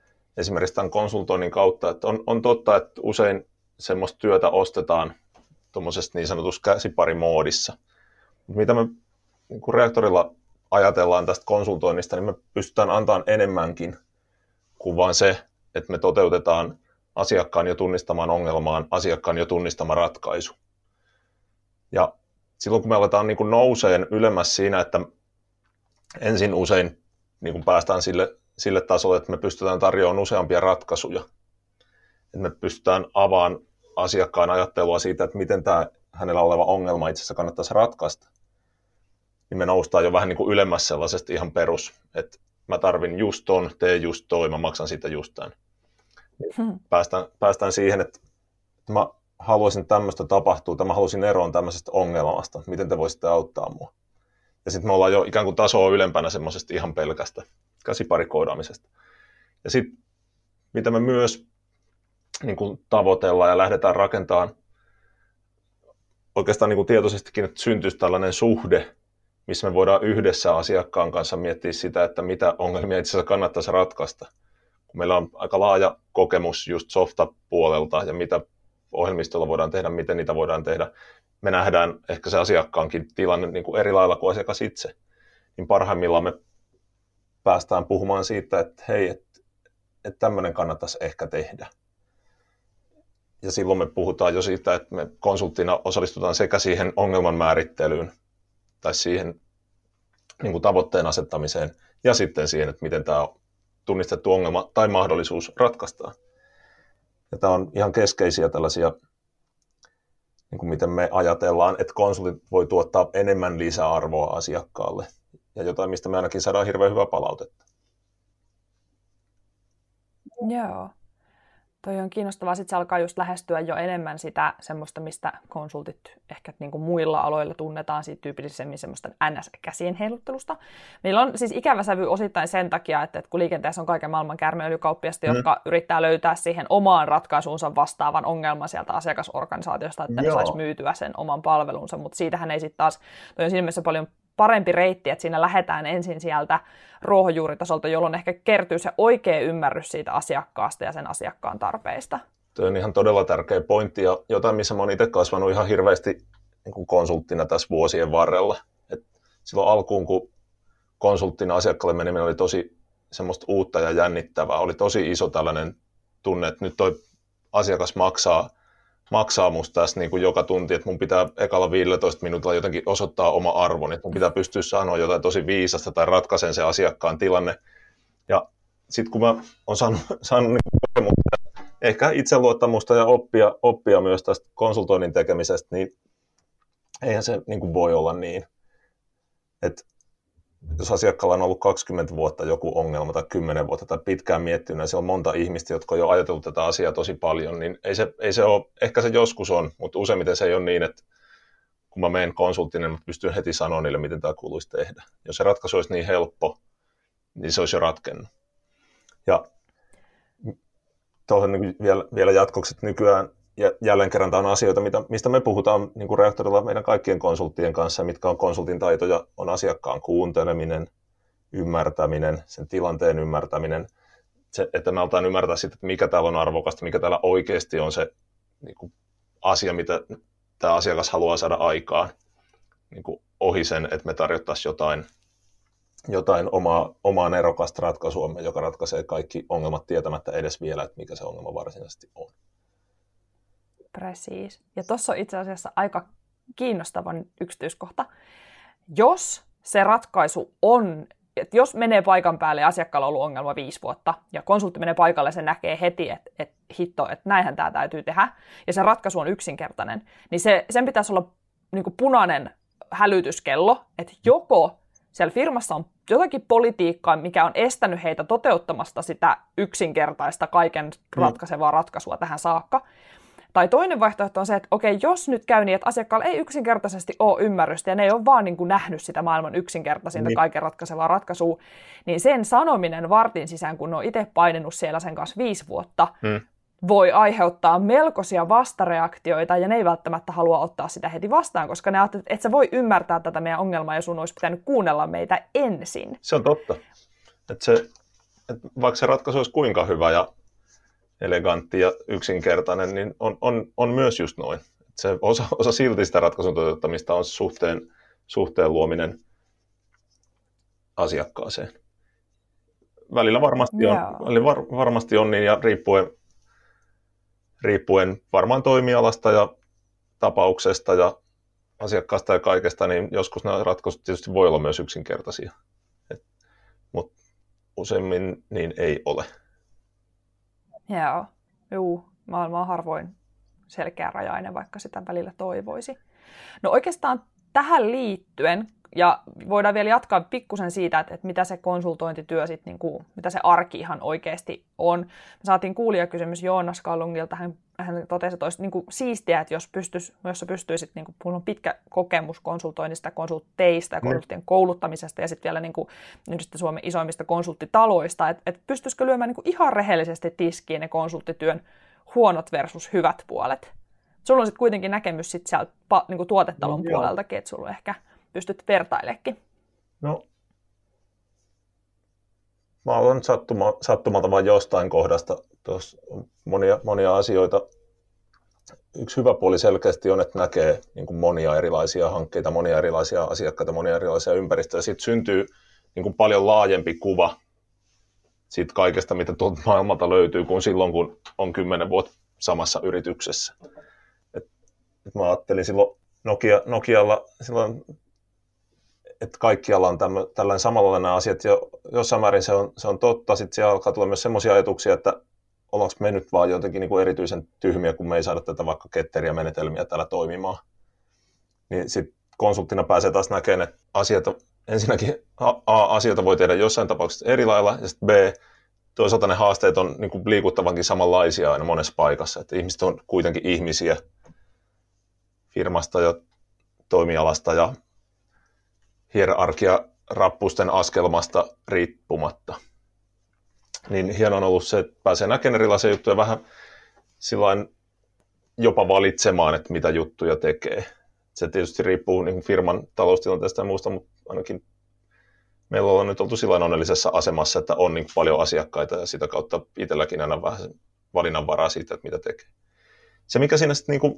esimerkiksi tämän konsultoinnin kautta. Että on, on totta, että usein semmoista työtä ostetaan tuommoisessa niin sanotussa käsiparimoodissa. Mitä me niin kuin reaktorilla ajatellaan tästä konsultoinnista, niin me pystytään antamaan enemmänkin kuin vain se, että me toteutetaan asiakkaan jo tunnistamaan ongelmaan, asiakkaan jo tunnistama ratkaisu. Ja silloin kun me aletaan niin kuin nouseen ylemmäs siinä, että ensin usein niin kuin päästään sille, sille tasolle, että me pystytään tarjoamaan useampia ratkaisuja. Että me pystytään avaamaan asiakkaan ajattelua siitä, että miten tämä hänellä oleva ongelma itse asiassa kannattaisi ratkaista. Niin me noustaan jo vähän niin kuin ylemmäs sellaisesta ihan perus, että mä tarvin just ton, tee just toi, mä maksan siitä just tämän. Hmm. Päästään, päästään siihen, että mä haluaisin tämmöistä tapahtua, tai mä haluaisin eroon tämmöisestä ongelmasta, miten te voisitte auttaa mua. Ja sitten me ollaan jo ikään kuin tasoa ylempänä semmoisesta ihan pelkästä käsiparikoodaamisesta. Ja sitten mitä me myös niin kuin tavoitellaan ja lähdetään rakentamaan oikeastaan niin kuin tietoisestikin, että syntyisi tällainen suhde, missä me voidaan yhdessä asiakkaan kanssa miettiä sitä, että mitä ongelmia itse asiassa kannattaisi ratkaista. Kun meillä on aika laaja kokemus just softa-puolelta ja mitä ohjelmistolla voidaan tehdä, miten niitä voidaan tehdä, me nähdään ehkä se asiakkaankin tilanne niin kuin eri lailla kuin asiakas itse. Niin parhaimmillaan me päästään puhumaan siitä, että hei, että, että tämmöinen kannattaisi ehkä tehdä. Ja silloin me puhutaan jo siitä, että me konsulttina osallistutaan sekä siihen ongelman määrittelyyn tai siihen niin kuin tavoitteen asettamiseen ja sitten siihen, että miten tämä tunnistettu ongelma tai mahdollisuus ratkaistaan. Ja tämä on ihan keskeisiä tällaisia, niin kuin miten me ajatellaan, että konsultit voi tuottaa enemmän lisäarvoa asiakkaalle ja jotain, mistä me ainakin saadaan hirveän hyvää palautetta. Joo. Toi on kiinnostavaa. Sitten se alkaa just lähestyä jo enemmän sitä semmoista, mistä konsultit ehkä niin kuin muilla aloilla tunnetaan siitä tyypillisemmin semmoista N S-käsien heiluttelusta. Meillä on siis ikävä sävy osittain sen takia, että kun liikenteessä on kaiken maailman käärmeöljykauppiasta, mm. jotka yrittää löytää siihen omaan ratkaisuunsa vastaavan ongelman sieltä asiakasorganisaatiosta, että Joo. ne saisi myytyä sen oman palvelunsa, mutta siitähän ei sitten taas, toi on siinä mielessä paljon parempi reitti, että siinä lähdetään ensin sieltä ruohonjuuritasolta, jolloin ehkä kertyy se oikea ymmärrys siitä asiakkaasta ja sen asiakkaan tarpeista. Tuo on ihan todella tärkeä pointti ja jotain, missä mä oon itse kasvanut ihan hirveästi niin kuin konsulttina tässä vuosien varrella. Et silloin alkuun, kun konsulttina asiakkaalle meneminen oli tosi semmoista uutta ja jännittävää, oli tosi iso tällainen tunne, että nyt toi asiakas maksaa maksaa musta tässä niin kuin joka tunti, että mun pitää ekalla viisitoista minuutilla jotenkin osoittaa oma arvoni, että mun pitää pystyä sanoa jotain tosi viisasta tai ratkaisen se asiakkaan tilanne. Ja sitten kun mä oon saanut, saanut niin kokemusta, ehkä itseluottamusta ja oppia, oppia myös tästä konsultoinnin tekemisestä, niin eihän se niin kuin voi olla niin. Että jos asiakkaalla on ollut kaksikymmentä vuotta joku ongelma tai kymmenen vuotta tai pitkään miettinyt, ja siellä on monta ihmistä, jotka on jo ajatellut tätä asiaa tosi paljon, niin ei se, ei se ole, ehkä se joskus on, mutta useimmiten se ei ole niin, että kun mä menen konsulttiin, niin mä pystyn heti sanoa niille, miten tämä kuuluisi tehdä. Jos se ratkaisu olisi niin helppo, niin se olisi jo ratkennut. Ja tuohon niin vielä, vielä jatkoksi, että nykyään ja jälleen kerran tämä on asioita, mistä me puhutaan niin kuin reaktorilla meidän kaikkien konsulttien kanssa, mitkä on konsultin taitoja, on asiakkaan kuunteleminen, ymmärtäminen, sen tilanteen ymmärtäminen, se, että me aletaan ymmärtää sitten, että mikä täällä on arvokasta, mikä täällä oikeasti on se niin kuin asia, mitä tämä asiakas haluaa saada aikaan, niin kuin ohi sen, että me tarjottaisiin jotain, jotain omaa, omaa nerokasta ratkaisuamme, joka ratkaisee kaikki ongelmat tietämättä edes vielä, että mikä se ongelma varsinaisesti on. Precis. Ja tuossa on itse asiassa aika kiinnostavan yksityiskohta. Jos se ratkaisu on, että jos menee paikan päälle ja asiakkaalla on ollut ongelma viisi vuotta, ja konsultti menee paikalle ja se näkee heti, että, että hitto, että näinhän tämä täytyy tehdä, ja se ratkaisu on yksinkertainen, niin se, sen pitäisi olla niin kuin punainen hälytyskello, että joko siellä firmassa on jotakin politiikkaa, mikä on estänyt heitä toteuttamasta sitä yksinkertaista kaiken ratkaisevaa ratkaisua tähän saakka. Tai toinen vaihtoehto on se, että okei, jos nyt käy niin, että asiakkaalla ei yksinkertaisesti ole ymmärrystä ja ne ei ole vaan niin kuin nähnyt sitä maailman yksinkertaisinta niin. kaiken ratkaisevaa ratkaisua, niin sen sanominen vartin sisään, kun ne on itse painenut siellä sen kanssa viisi vuotta, hmm. voi aiheuttaa melkoisia vastareaktioita ja ne ei välttämättä halua ottaa sitä heti vastaan, koska ne ajattelevat, että et sä voi ymmärtää tätä meidän ongelmaa ja sun olisi pitänyt kuunnella meitä ensin. Se on totta. Että se, että vaikka se ratkaisu olisi kuinka hyvä ja elegantti ja yksinkertainen, niin on, on, on myös just noin. Se osa, osa silti sitä ratkaisun toteuttamista on suhteen, suhteen luominen asiakkaaseen. Välillä varmasti on, Joo. välillä var, varmasti on niin, ja riippuen, riippuen varmaan toimialasta ja tapauksesta ja asiakkaasta ja kaikesta, niin joskus nämä ratkaisut tietysti voi olla myös yksinkertaisia. Et, mutta useimmin niin ei ole. Joo, juu, maailma on harvoin selkeärajainen, vaikka sitä välillä toivoisi. No oikeastaan tähän liittyen, ja voidaan vielä jatkaa pikkusen siitä, että, että mitä se konsultointityö sitten, niin kuin, mitä se arki ihan oikeasti on. Me saatiin kuulijakysymys Joonas Kallungilta, hän, hän totesi, että olisi niin kuin siistiä, että jos, pystyis, jos sä pystyisit, niin kuin, mulla on pitkä kokemus konsultoinnista, konsultteista ja konsulttien mm. kouluttamisesta ja sitten vielä niin kuin, yhdestä Suomen isoimmista konsulttitaloista, että, että pystyisikö lyömään niin kuin ihan rehellisesti tiskiin ne konsulttityön huonot versus hyvät puolet. Sulla on sitten kuitenkin näkemys sit sieltä niin kuin tuotetalon no, puoleltakin, että sulla ehkä pystyt vertailemaan. No, mä olen sattuma, sattumalta vain jostain kohdasta. Tuossa on monia, monia asioita. Yksi hyvä puoli selkeästi on, että näkee niin kuin monia erilaisia hankkeita, monia erilaisia asiakkaita, monia erilaisia ympäristöjä. Sitten syntyy niin kuin paljon laajempi kuva siitä kaikesta, mitä tuolta maailmalta löytyy, kuin silloin, kun on kymmenen vuotta samassa yrityksessä. Et, et mä ajattelin silloin Nokia, Nokialla, silloin, että kaikkialla on tämmö, tällainen samanlainen asia, että jo, jossain määrin se on, se on totta. Sitten siellä alkaa tulla myös semmoisia ajatuksia, että ollaanko me nyt vaan jotenkin niin kuin erityisen tyhmiä, kun me ei saada tätä vaikka ketteriä menetelmiä täällä toimimaan. Niin sitten konsulttina pääsee taas näkemään, että asioita, ensinnäkin A, A, asioita voi tehdä jossain tapauksessa eri lailla, ja sitten B, toisaalta ne haasteet on niin kuin liikuttavankin samanlaisia aina monessa paikassa. Että ihmiset on kuitenkin ihmisiä firmasta ja toimialasta ja hierarkia rappusten askelmasta riippumatta. Niin hieno on ollut se, että pääsee näkemään erilaisia juttuja vähän sillain jopa valitsemaan, että mitä juttuja tekee. Se tietysti riippuu niin kuin firman taloustilanteesta ja muusta, mutta ainakin meillä on nyt oltu sillain onnellisessa asemassa, että on niin paljon asiakkaita ja sitä kautta itselläkin aina vähän valinnanvaraa siitä, että mitä tekee. Se, mikä siinä sitten niin kuin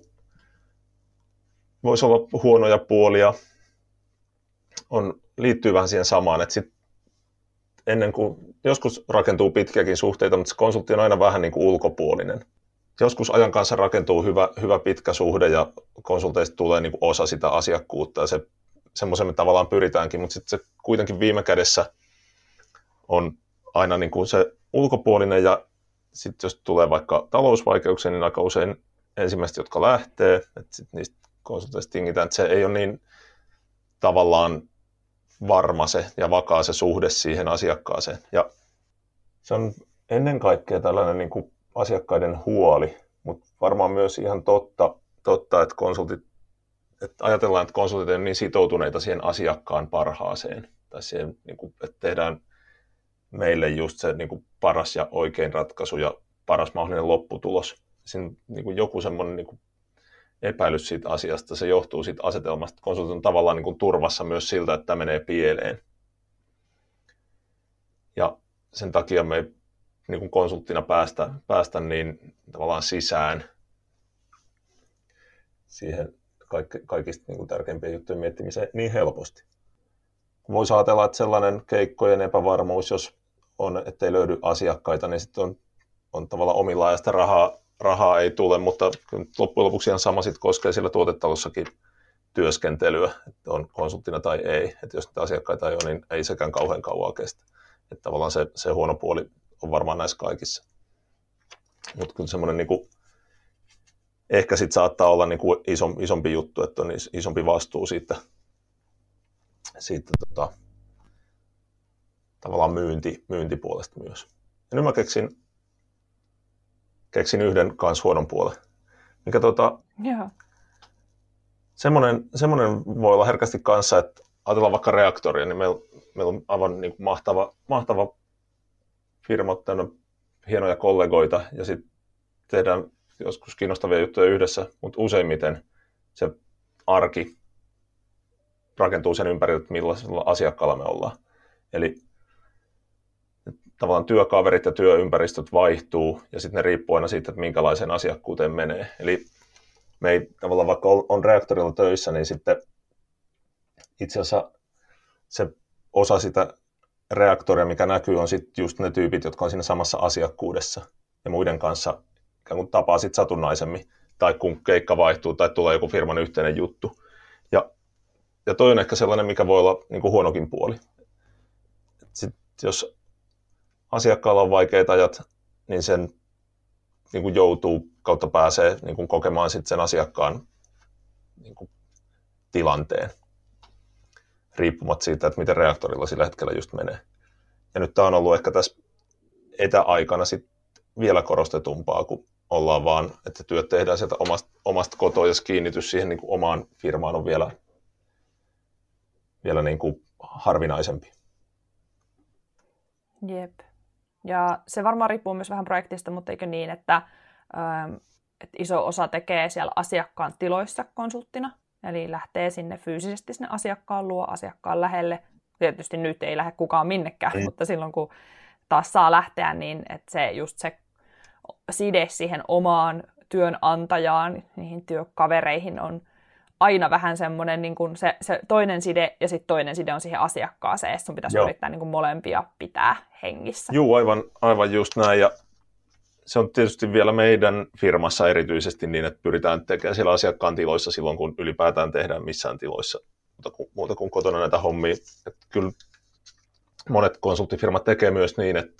voisi olla huonoja puolia, on, liittyy vähän siihen samaan, että sit ennen kuin joskus rakentuu pitkiäkin suhteita, mutta se konsultti on aina vähän niin kuin ulkopuolinen. Joskus ajan kanssa rakentuu hyvä, hyvä pitkä suhde ja konsulteista tulee niin kuin osa sitä asiakkuutta ja se, semmoisen me tavallaan pyritäänkin, mutta sitten se kuitenkin viime kädessä on aina niin kuin se ulkopuolinen ja sitten jos tulee vaikka talousvaikeuksia, niin aika usein ensimmäiset, jotka lähtee, että sitten niistä konsulteista tingitään, että se ei ole niin tavallaan varma se ja vakaa se suhde siihen asiakkaaseen. Ja se on ennen kaikkea tällainen niin kuin asiakkaiden huoli, mutta varmaan myös ihan totta, totta että, konsultit, että ajatellaan, että konsultit on niin sitoutuneita siihen asiakkaan parhaaseen. Tai siihen, niin kuin, että tehdään meille just se niin kuin paras ja oikein ratkaisu ja paras mahdollinen lopputulos. Siinä niin kuin joku semmoinen niin kuin epäilys siitä asiasta, se johtuu siitä asetelmasta. Konsultit on tavallaan niin kuin turvassa myös siltä, että tämä menee pieleen. Ja sen takia me ei niin kuin konsulttina päästä, päästä niin tavallaan sisään siihen kaikki, kaikista niin kuin tärkeimpien juttujen miettimiseen niin helposti. Voisi ajatella, että sellainen keikkojen epävarmuus, jos on, ettei löydy asiakkaita, niin sitten on, on tavallaan omillaan ja sitä rahaa, rahaa ei tule, mutta loppujen lopuksi ihan sama sit koskee sillä tuotetalossakin työskentelyä, että on konsulttina tai ei. Että jos niitä asiakkaita ei ole, niin ei sekään kauhean kauan kestä. Että tavallaan se, se huono puoli on varmaan näissä kaikissa. Mutta kyllä semmoinen niinku, ehkä sitten saattaa olla niinku isom, isompi juttu, että on isompi vastuu siitä, siitä tota, tavallaan myynti, myyntipuolesta myös. Ja nyt mä keksin, keksin yhden kans huonon puolen. Mikä tota, yeah. semmoinen, semmoinen voi olla herkästi kanssa, että ajatellaan vaikka reaktoria, niin meillä, meillä on aivan niin kuin mahtava, mahtava firma, täynnä hienoja kollegoita ja sitten tehdään joskus kiinnostavia juttuja yhdessä, mutta useimmiten se arki rakentuu sen ympärille, että millaisella asiakkaalla me ollaan. Eli tavallaan työkaverit ja työympäristöt vaihtuu ja sitten ne riippuu aina siitä, että minkälaiseen asiakkuuteen menee. Eli me ei tavallaan vaikka on reaktorilla töissä, niin sitten itse asiassa se osa sitä reaktoria, mikä näkyy, on sitten just ne tyypit, jotka on siinä samassa asiakkuudessa ja muiden kanssa ikään kuin tapaa sitten satunnaisemmin, tai kun keikka vaihtuu tai tulee joku firman yhteinen juttu. Ja, ja toi on ehkä sellainen, mikä voi olla niin kuin huonokin puoli. Sitten jos asiakkaalla on vaikeat ajat, niin sen niin kuin joutuu kautta pääsee niin kuin kokemaan sit sen asiakkaan niin kuin tilanteen, riippumatta siitä, että miten reaktorilla sillä hetkellä just menee. Ja nyt tämä on ollut ehkä tässä etäaikana sit vielä korostetumpaa, kun ollaan vaan, että työt tehdään sieltä omasta, omasta kotoa, ja kiinnitys siihen niin kuin omaan firmaan on vielä, vielä niin kuin harvinaisempi. Jep. Ja se varmaan riippuu myös vähän projektista, mutta eikö niin, että, ähm, että iso osa tekee siellä asiakkaan tiloissa konsulttina, eli lähtee sinne fyysisesti sinne asiakkaan luo, asiakkaan lähelle. Tietysti nyt ei lähde kukaan minnekään, mm. mutta silloin kun taas saa lähteä, niin että se just se side siihen omaan työnantajaan, niihin työkavereihin on aina vähän semmoinen niin kuin se, se toinen side ja sitten toinen side on siihen asiakkaaseen, ja sun pitäisi Joo. yrittää niin kuin molempia pitää hengissä. Joo, aivan, aivan just näin, ja se on tietysti vielä meidän firmassa erityisesti niin, että pyritään tekemään siellä asiakkaan tiloissa silloin, kun ylipäätään tehdään missään tiloissa, muuta kuin, muuta kuin kotona näitä hommia. Että kyllä monet konsulttifirmat tekee myös niin, että,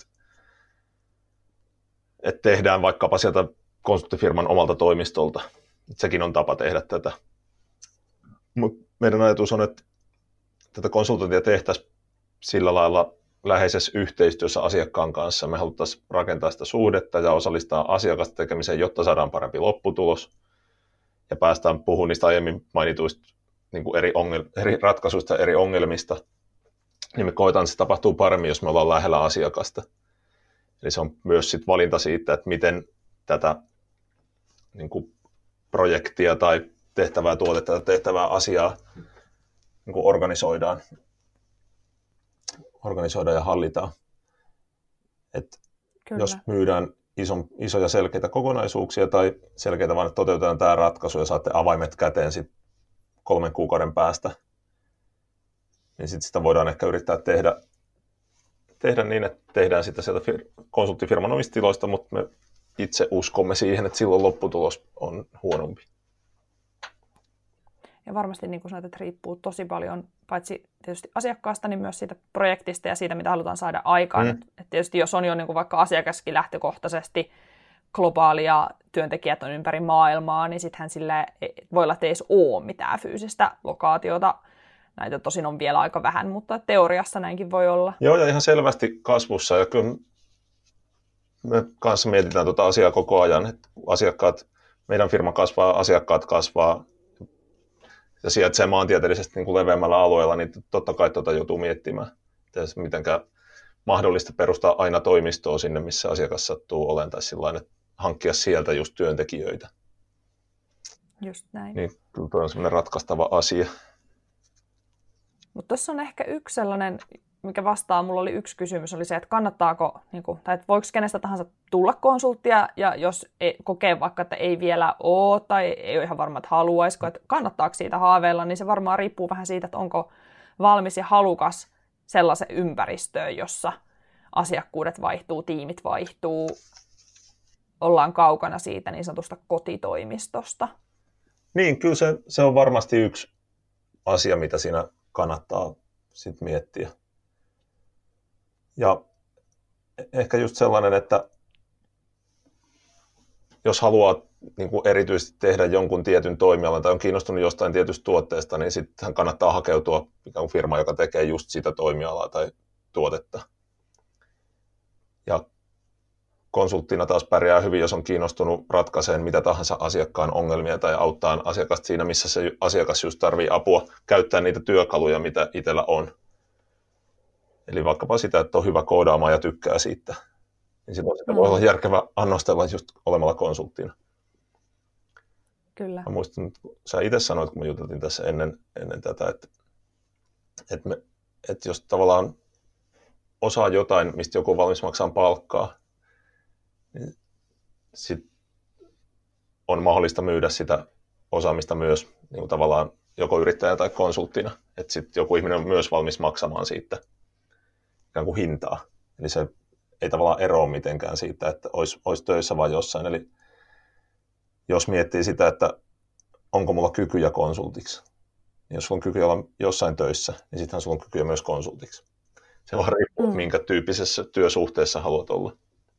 että tehdään vaikkapa sieltä konsulttifirman omalta toimistolta. Sekin on tapa tehdä tätä. Mut meidän ajatus on, että tätä konsultointia tehtäisiin sillä lailla läheisessä yhteistyössä asiakkaan kanssa. Me haluttaisiin rakentaa sitä suhdetta ja osallistaa asiakasta tekemiseen, jotta saadaan parempi lopputulos ja päästään puhumaan niistä aiemmin mainituista niin kuin eri, ongel- eri ratkaisuista ja eri ongelmista. Niin me koetaan, että se tapahtuu paremmin, jos me ollaan lähellä asiakasta. Eli se on myös sit valinta siitä, että miten tätä niin kuin projektia tai tehtävää tuotetta tai tehtävää asiaa niin kuin organisoidaan. organisoidaan ja hallitaan. Et jos myydään ison, isoja selkeitä kokonaisuuksia tai selkeitä vaan, että toteutetaan tämä ratkaisu ja saatte avaimet käteen sit kolmen kuukauden päästä, niin sit sitä voidaan ehkä yrittää tehdä, tehdä niin, että tehdään sitä sieltä fir- konsulttifirman omista tiloista, mutta me itse uskomme siihen, että silloin lopputulos on huonompi. Ja varmasti, niin kuin sanoit, että riippuu tosi paljon paitsi tietysti asiakkaasta, niin myös siitä projektista ja siitä, mitä halutaan saada aikaan. Mm. Et tietysti jos on jo niin kuin vaikka asiakaskin lähtökohtaisesti globaalia työntekijät on ympäri maailmaa, niin sittenhän sille voi olla, että ei edes ole mitään fyysistä lokaatiota. Näitä tosin on vielä aika vähän, mutta teoriassa näinkin voi olla. Joo, ja ihan selvästi kasvussa. Ja kyllä me kanssa mietitään tuota asiaa koko ajan, että asiakkaat, meidän firma kasvaa, asiakkaat kasvaa, ja sijaitsee maantieteellisesti niin kuin leveämmällä alueella, niin totta kai tuota joutuu miettimään. Että mitenkään mahdollista perustaa aina toimistoa sinne, missä asiakas sattuu olemaan, tai sillain, että hankkia sieltä just työntekijöitä. Just näin. Niin kyllä tuo on semmoinen ratkaistava asia. Mutta tuossa on ehkä yksi sellainen, mikä vastaa, mulla oli yksi kysymys, oli se, että kannattaako, niin kuin, tai että voiko kenestä tahansa tulla konsulttia, ja jos ei, kokee vaikka, että ei vielä ole, tai ei ole ihan varma, että haluaisiko, että kannattaako siitä haaveilla, niin se varmaan riippuu vähän siitä, että onko valmis ja halukas sellaisen ympäristöön, jossa asiakkuudet vaihtuu, tiimit vaihtuu, ollaan kaukana siitä niin sanotusta kotitoimistosta. Niin, kyllä se, se on varmasti yksi asia, mitä siinä kannattaa sit miettiä. Ja ehkä just sellainen, että jos haluaa niin kuin erityisesti tehdä jonkun tietyn toimialan tai on kiinnostunut jostain tietystä tuotteesta, niin sitten kannattaa hakeutua ikään kuin firma, joka tekee just sitä toimialaa tai tuotetta. Ja konsulttina taas pärjää hyvin, jos on kiinnostunut ratkaiseen mitä tahansa asiakkaan ongelmia tai auttaa asiakasta siinä, missä se asiakas just tarvitsee apua käyttää niitä työkaluja, mitä itsellä on. Eli vaikkapa sitä, että on hyvä koodaamaan ja tykkää siitä, niin silloin sitä mm. voi olla järkevä annostella just olemalla konsulttina. Kyllä. Mä muistan, kun sä itse sanoit, kun me juteltiin tässä ennen, ennen tätä, että, että, me, että jos tavallaan osaa jotain, mistä joku on valmis maksamaan palkkaa, niin sit on mahdollista myydä sitä osaamista myös niin kuin tavallaan joko yrittäjänä tai konsulttina, että sitten joku ihminen on myös valmis maksamaan siitä ikään kuin hintaa. Eli se ei tavallaan eroa mitenkään siitä, että olisi, olisi töissä vai jossain. Eli jos miettii sitä, että onko mulla kykyjä konsultiksi, niin jos sulla on kykyjä olla jossain töissä, niin sittenhän sulla on kykyjä myös konsultiksi. Se vaan riippuu, mm. minkä tyyppisessä työsuhteessa haluat olla.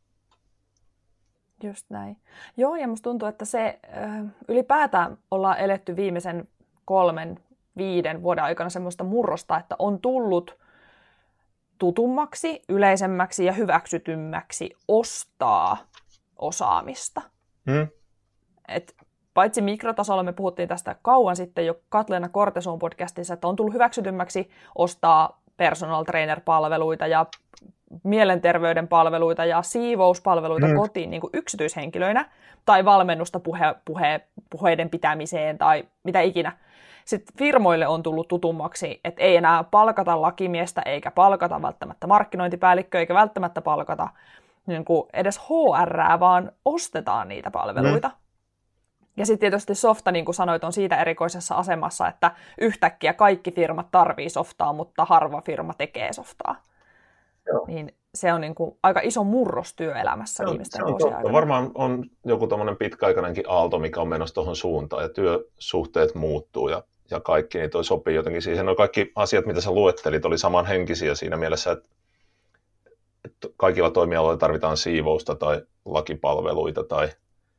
Just näin. Joo, ja musta tuntuu, että se ylipäätään ollaan eletty viimeisen kolmen, viiden vuoden aikana semmoista murrosta, että on tullut tutummaksi, yleisemmäksi ja hyväksytymmäksi ostaa osaamista. Mm. Et paitsi mikrotasolla, me puhuttiin tästä kauan sitten jo Katleena Kortesuun podcastissa, että on tullut hyväksytymmäksi ostaa personal trainer-palveluita ja mielenterveyden palveluita ja siivouspalveluita mm. kotiin niin kuin yksityishenkilöinä tai valmennusta puhe, puhe, puheiden pitämiseen tai mitä ikinä. Sitten firmoille on tullut tutummaksi, että ei enää palkata lakimiestä eikä palkata välttämättä markkinointipäällikköä eikä välttämättä palkata niin kuin edes H R:ää, vaan ostetaan niitä palveluita. Mm. Ja sitten tietysti softa, niin kuin sanoit, on siitä erikoisessa asemassa, että yhtäkkiä kaikki firmat tarvii softaa, mutta harva firma tekee softaa. Joo. Niin se on niin kuin aika iso murros työelämässä se on, viimeisten se on vuosien totta. aikana. Varmaan on joku tämmöinen pitkäaikainenkin aalto, mikä on menossa tuohon suuntaan, ja työsuhteet muuttuu ja, ja kaikki, niin toi sopii jotenkin siihen. No kaikki asiat, mitä sä luettelit, oli samanhenkisiä siinä mielessä, että, että kaikilla toimialoilla tarvitaan siivousta tai lakipalveluita tai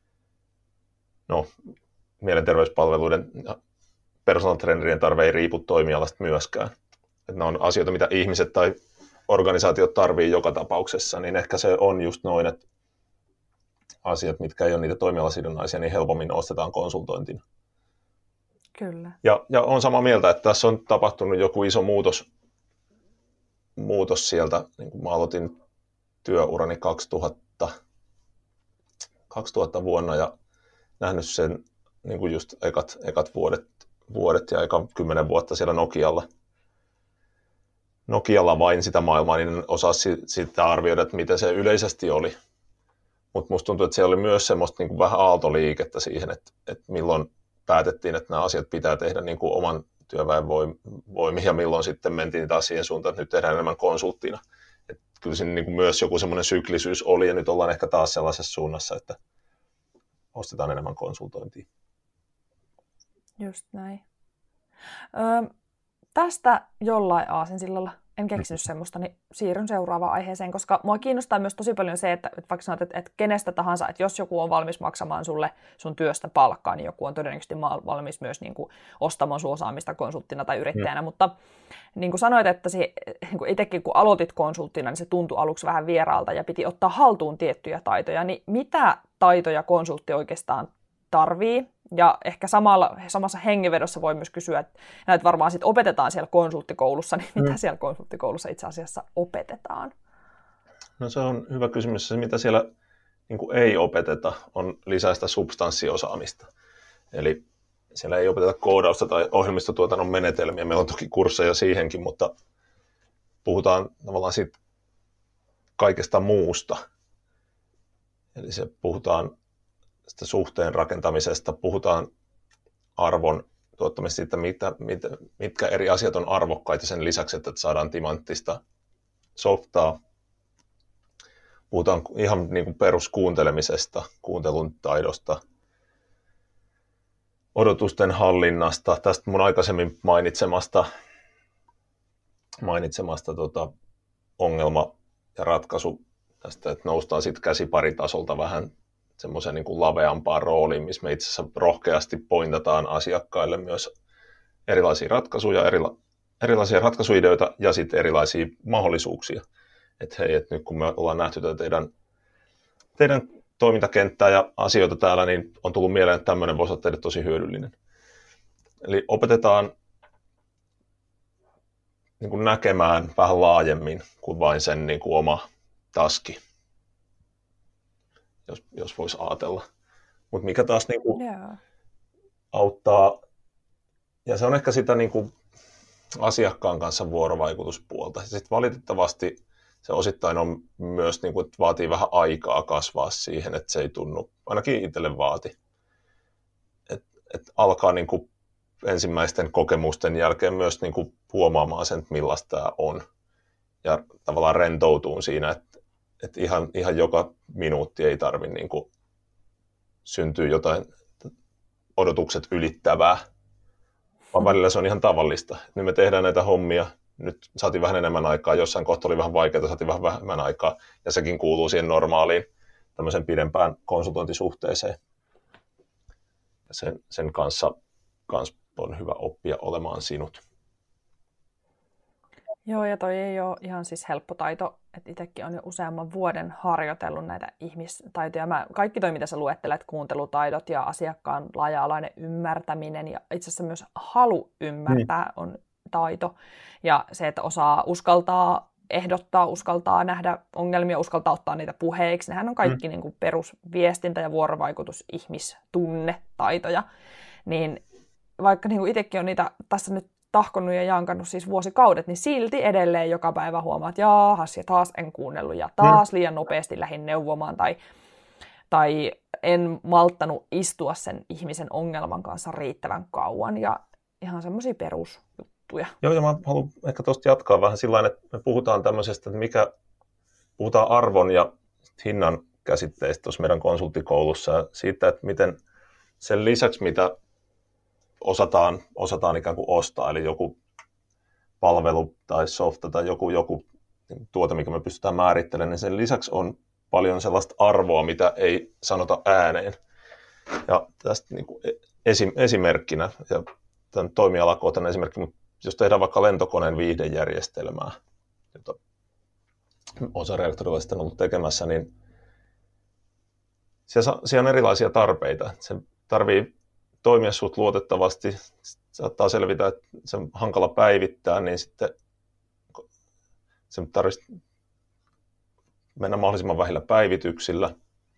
no, mielenterveyspalveluiden ja personal trainerien tarve ei riipu toimialasta myöskään. Että ne on asioita, mitä ihmiset tai organisaatiot tarvii joka tapauksessa, niin ehkä se on just noin, että asiat, mitkä ei ole niitä toimialasidonnaisia, niin helpommin ostetaan konsultointina. Kyllä. Ja, ja on samaa mieltä, että tässä on tapahtunut joku iso muutos, muutos sieltä, niin kun mä aloitin työurani kaksituhatta, kaksituhatta vuonna ja nähnyt sen niin kuin just ekat, ekat vuodet, vuodet ja eka kymmenen vuotta siellä Nokialla. Nokialla vain sitä maailmaa, niin en osaa sitä arvioida, että miten se yleisesti oli. Mutta musta tuntuu, että siellä oli myös semmoista niin kuin vähän aaltoliikettä siihen, että, että milloin päätettiin, että nämä asiat pitää tehdä niin kuin oman työväen voimin ja milloin sitten mentiin taas siihen suuntaan, että nyt tehdään enemmän konsulttina. Että kyllä siinä niin kuin myös joku semmoinen syklisyys oli ja nyt ollaan ehkä taas sellaisessa suunnassa, että ostetaan enemmän konsultointia. Just näin. Ö, tästä jollain aasinsillalla, en keksinyt semmoista, niin siirryn seuraavaan aiheeseen, koska mua kiinnostaa myös tosi paljon se, että, että vaikka sanot, että, että kenestä tahansa, että jos joku on valmis maksamaan sulle sun työstä palkkaa, niin joku on todennäköisesti valmis myös niin kuin ostamaan sun osaamista konsulttina tai yrittäjänä, mm. mutta niin kuin sanoit, että se, niin kuin itsekin kun aloitit konsulttina, niin se tuntui aluksi vähän vieraalta ja piti ottaa haltuun tiettyjä taitoja, niin mitä taitoja konsultti oikeastaan tarvii? Ja ehkä samalla, samassa hengenvedossa voi myös kysyä, että näitä varmaan sit opetetaan siellä konsulttikoulussa, niin mitä mm. siellä konsulttikoulussa itse asiassa opetetaan? No se on hyvä kysymys. Se, mitä siellä niin kuin ei opeteta, on lisää sitä substanssiosaamista. Eli siellä ei opeteta koodausta tai ohjelmistotuotannon menetelmiä. Meillä on toki kursseja siihenkin, mutta puhutaan tavallaan siitä kaikesta muusta. Eli se puhutaan sitä suhteen rakentamisesta, puhutaan arvon tuottamisesta siitä, mitä, mit, mitkä eri asiat on arvokkaita sen lisäksi, että saadaan timanttista softaa. Puhutaan ihan niin kuin peruskuuntelemisesta, kuuntelun taidosta, odotusten hallinnasta, tästä mun aikaisemmin mainitsemasta, mainitsemasta tota, ongelma- ja ratkaisu tästä, että noustaan sitten käsiparitasolta vähän semmoisen niin kuin laveampaan rooliin, missä me itse asiassa rohkeasti pointataan asiakkaille myös erilaisia ratkaisuja, erila- erilaisia ratkaisuideoita ja sitten erilaisia mahdollisuuksia. Että hei, että nyt kun me ollaan nähty tätä teidän, teidän toimintakenttää ja asioita täällä, niin on tullut mieleen, että tämmöinen voisi olla teille tosi hyödyllinen. Eli opetetaan niin kuin näkemään vähän laajemmin kuin vain sen niin kuin oma taski. Jos, jos voisi ajatella. Mutta mikä taas niinku yeah. auttaa, ja se on ehkä sitä niinku asiakkaan kanssa vuorovaikutuspuolta. Sitten valitettavasti se osittain on myös, niinku, että vaatii vähän aikaa kasvaa siihen, että se ei tunnu, ainakin itselle vaati. Et että alkaa niin kuin ensimmäisten kokemusten jälkeen myös niin kuin huomaamaan sen, että millaista tämä on. Ja tavallaan rentoutuu siinä, että, että ihan, ihan joka minuutti ei tarvitse niin kuin syntyä jotain odotukset ylittävää, vaan välillä se on ihan tavallista. Nyt me tehdään näitä hommia, nyt saatiin vähän enemmän aikaa, jossain kohtaa oli vähän vaikeaa, saatiin vähän vähemmän aikaa, ja sekin kuuluu siihen normaaliin tämmöisen pidempään konsultointisuhteeseen. Ja sen, sen kanssa, kanssa on hyvä oppia olemaan sinut. Joo, ja toi ei ole ihan siis helppo taito, että itsekin on jo useamman vuoden harjoitellut näitä ihmistaitoja. Mä, kaikki toi, mitä sä luettelet, kuuntelutaidot ja asiakkaan laaja-alainen ymmärtäminen ja itse asiassa myös halu ymmärtää mm. on taito. Ja se, että osaa uskaltaa ehdottaa, uskaltaa nähdä ongelmia, uskaltaa ottaa niitä puheiksi. Nehän on kaikki mm. niin kuin perusviestintä ja vuorovaikutus, ihmistunnetaitoja. Niin vaikka niin kuin itsekin on niitä tässä nyt tahkonnut ja jankannut siis vuosikaudet, niin silti edelleen joka päivä huomaat, että jaahas, ja taas en kuunnellut, ja taas liian nopeasti lähdin neuvomaan, tai, tai en malttanut istua sen ihmisen ongelman kanssa riittävän kauan, ja ihan semmoisia perusjuttuja. Joo, ja mä haluan ehkä tuosta jatkaa vähän sillä tavalla, että me puhutaan tämmöisestä, että mikä, puhutaan arvon ja hinnan käsitteistä tuossa meidän konsulttikoulussa, ja siitä, että miten sen lisäksi, mitä Osataan, osataan ikään kuin ostaa, eli joku palvelu tai softa tai joku, joku tuote, mikä me pystytään määrittelemään, niin sen lisäksi on paljon sellaista arvoa, mitä ei sanota ääneen. Ja tästä niin kuin esim, esimerkkinä, ja tämän toimialakohtainen esimerkki, mutta jos tehdään vaikka lentokoneen viihdejärjestelmää, jota osa reaktorilla sitten on ollut tekemässä, niin siellä, siellä on erilaisia tarpeita. Se tarvii toimia sut luotettavasti, saattaa selvitä, että se on hankala päivittää, niin sitten se tarvitsisi mennä mahdollisimman vähillä päivityksillä.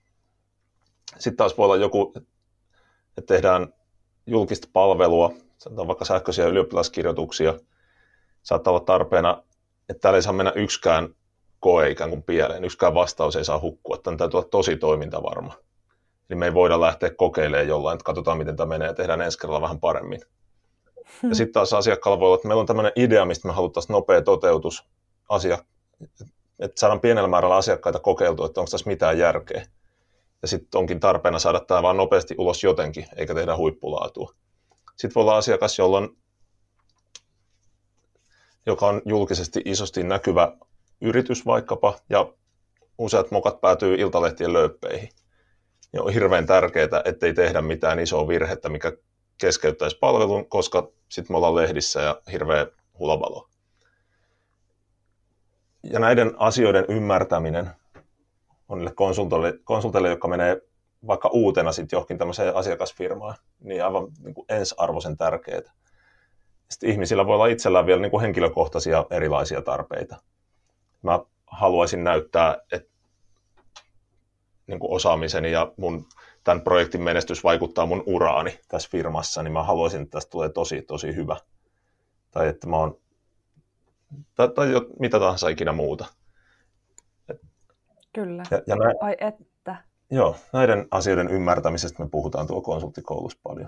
Sitten taas voi olla joku, että tehdään julkista palvelua, sanotaan vaikka sähköisiä ylioppilaskirjoituksia, saattaa olla tarpeena, että täällä ei saa mennä yksikään koe ikään kuin pieleen, yksikään vastaus ei saa hukkua, tämän täytyy olla tosi toimintavarma. Eli me ei voida lähteä kokeilemaan jollain, että katsotaan miten tämä menee ja tehdään ensi kerralla vähän paremmin. Ja sitten taas asiakkaalla voi olla, että meillä on tämmöinen idea, mistä me haluttaisiin nopea toteutus, asia, että saadaan pienellä määrällä asiakkaita kokeiltua, että onko tässä mitään järkeä. Ja sitten onkin tarpeena saada tämä vaan nopeasti ulos jotenkin, eikä tehdä huippulaatua. Sitten voi olla asiakas, jolla on, joka on julkisesti isosti näkyvä yritys vaikkapa, ja useat mokat päätyy iltalehtien lööppeihin. Ja on hirveän tärkeää, ettei tehdä mitään isoa virhettä, mikä keskeyttäisi palvelun, koska sitten me ollaan lehdissä ja hirveä hulavalo. Ja näiden asioiden ymmärtäminen on niille konsulteille, konsulteille jotka menee vaikka uutena sitten johonkin tämmöiseen asiakasfirmaan, niin aivan niin kuin ensiarvoisen tärkeää. Sitten ihmisillä voi olla itsellään vielä niin kuin henkilökohtaisia erilaisia tarpeita. Mä haluaisin näyttää, että niin kuin osaamiseni ja mun tämän projektin menestys vaikuttaa mun uraani tässä firmassa, niin mä haluaisin, että tästä tulee tosi, tosi hyvä. Tai että mä oon, tai, tai mitä tahansa ikinä muuta. Kyllä. Ja, ja näin, Ai että. Joo, näiden asioiden ymmärtämisestä me puhutaan tuolla konsulttikoulussa paljon.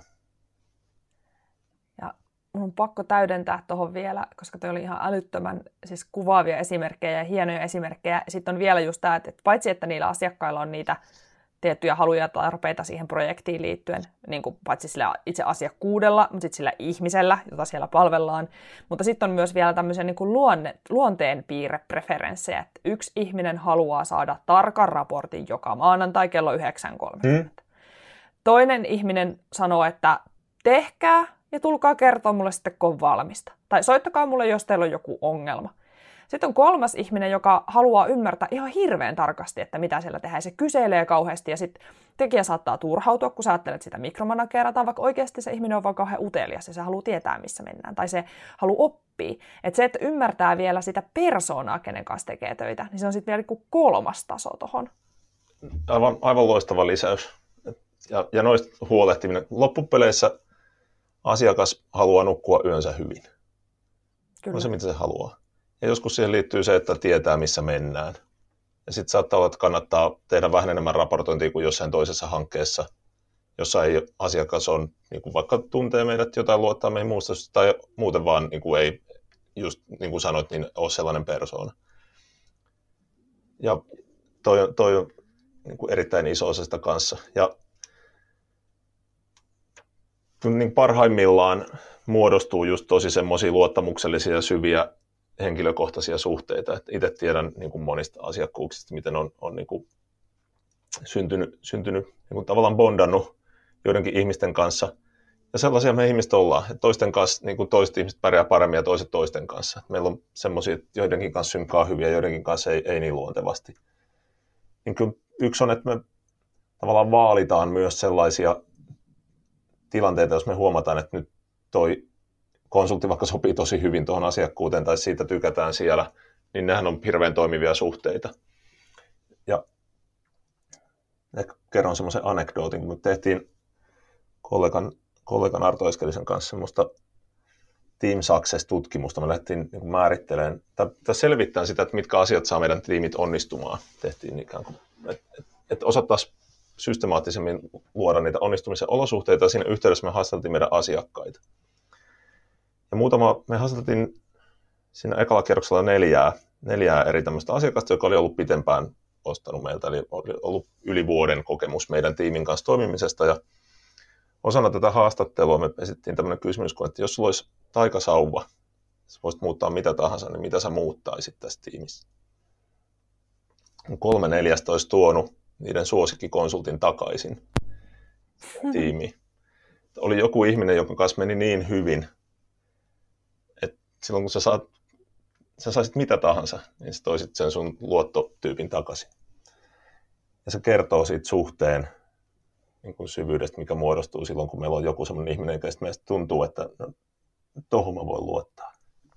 Ja mun on pakko täydentää tuohon vielä, koska toi oli ihan älyttömän siis kuvaavia esimerkkejä ja hienoja esimerkkejä. Sitten on vielä just tämä, että paitsi että niillä asiakkailla on niitä tiettyjä haluja ja tarpeita siihen projektiin liittyen, niin kuin paitsi sillä itse asiakkuudella, mutta sitten sillä ihmisellä, jota siellä palvellaan. Mutta sitten on myös vielä tämmöisiä niin kuin luonne, luonteenpiirrepreferenssejä, että yksi ihminen haluaa saada tarkan raportin joka maanantai kello yhdeksän kolmekymmentä. Hmm. Toinen ihminen sanoo, että tehkää ja tulkaa kertoa mulle sitten, kun on valmista. Tai soittakaa mulle, jos teillä on joku ongelma. Sitten on kolmas ihminen, joka haluaa ymmärtää ihan hirveän tarkasti, että mitä siellä tehdään. Se kyselee kauheasti ja sitten tekijä saattaa turhautua, kun sä ajattelet sitä mikromanageerataan, vaikka oikeasti se ihminen on vaan kauhean utelias ja se haluaa tietää, missä mennään. Tai se haluaa oppia. Että se, että ymmärtää vielä sitä persoonaa, kenen kanssa tekee töitä, niin se on sitten vielä kolmas taso tuohon. Aivan, aivan loistava lisäys. Ja, ja noista huolehtiminen. Loppupeleissä asiakas haluaa nukkua yönsä hyvin. Kyllä. On se, mitä se haluaa. Ja joskus siihen liittyy se, että tietää, missä mennään. Ja sitten saattaa olla, että kannattaa tehdä vähän enemmän raportointia kuin jossain toisessa hankkeessa. jossa ei asiakas on, niin kuin vaikka tuntee meidät, jotain luottaa meihin muusta tai muuten vaan niin kuin ei, just niin kuin sanoit, niin ole sellainen persoona. Ja toi, toi on niin kuin erittäin iso osa sitä kanssa. Ja niin parhaimmillaan muodostuu just tosi semmoisia luottamuksellisia, syviä, henkilökohtaisia suhteita. Et itse tiedän niin kuin monista asiakkuuksista, miten on, on niin kuin syntynyt, syntynyt niin kuin tavallaan bondannut joidenkin ihmisten kanssa. Ja sellaisia me ihmiset ollaan, että toisten kanssa, niin kuin toiset ihmiset pärjää paremmin ja toiset toisten kanssa. Meillä on semmoisia, että joidenkin kanssa synkkaa hyviä ja joidenkin kanssa ei, ei niin luontevasti. Niin kyllä yksi on, että me tavallaan vaalitaan myös sellaisia tilanteita, jos me huomataan, että nyt toi konsultti vaikka sopii tosi hyvin tuohon asiakkuuteen tai siitä tykätään siellä, niin nehän on hirveän toimivia suhteita. Ja kerron semmoisen anekdootin, kun me tehtiin kollegan, kollegan Arto Eskelisen kanssa semmoista Team Success-tutkimusta. Me lähdettiin niin määrittelemään tai, tai selvittämään sitä, että mitkä asiat saa meidän tiimit onnistumaan. Tehtiin ikään kuin, että et, et osattaisiin systemaattisemmin luoda niitä onnistumisen olosuhteita. Siinä yhteydessä me haastateltiin meidän asiakkaita. Ja muutama, me haastateltiin siinä ekalla kierroksella neljää, neljää eri tämmöistä asiakasta, joka oli ollut pitempään ostanut meiltä, eli oli ollut yli vuoden kokemus meidän tiimin kanssa toimimisesta. Ja osana tätä haastattelua me esittiin tämmöinen kysymys, että jos sulla olisi taikasauva, sä voisit muuttaa mitä tahansa, niin mitä sä muuttaisit tässä tiimissä? Kolme neljästä olisi tuonut niiden suosikkikonsultin takaisin tiimiin. Oli joku ihminen, joka kanssa meni niin hyvin, että silloin kun sä, saat, sä saisit mitä tahansa, niin sä toisit sen sun luottotyypin takaisin. Ja se kertoo siitä suhteen niin kuin syvyydestä, mikä muodostuu silloin, kun meillä on joku sellainen ihminen, joka meistä tuntuu, että no, tohon mä voin luottaa.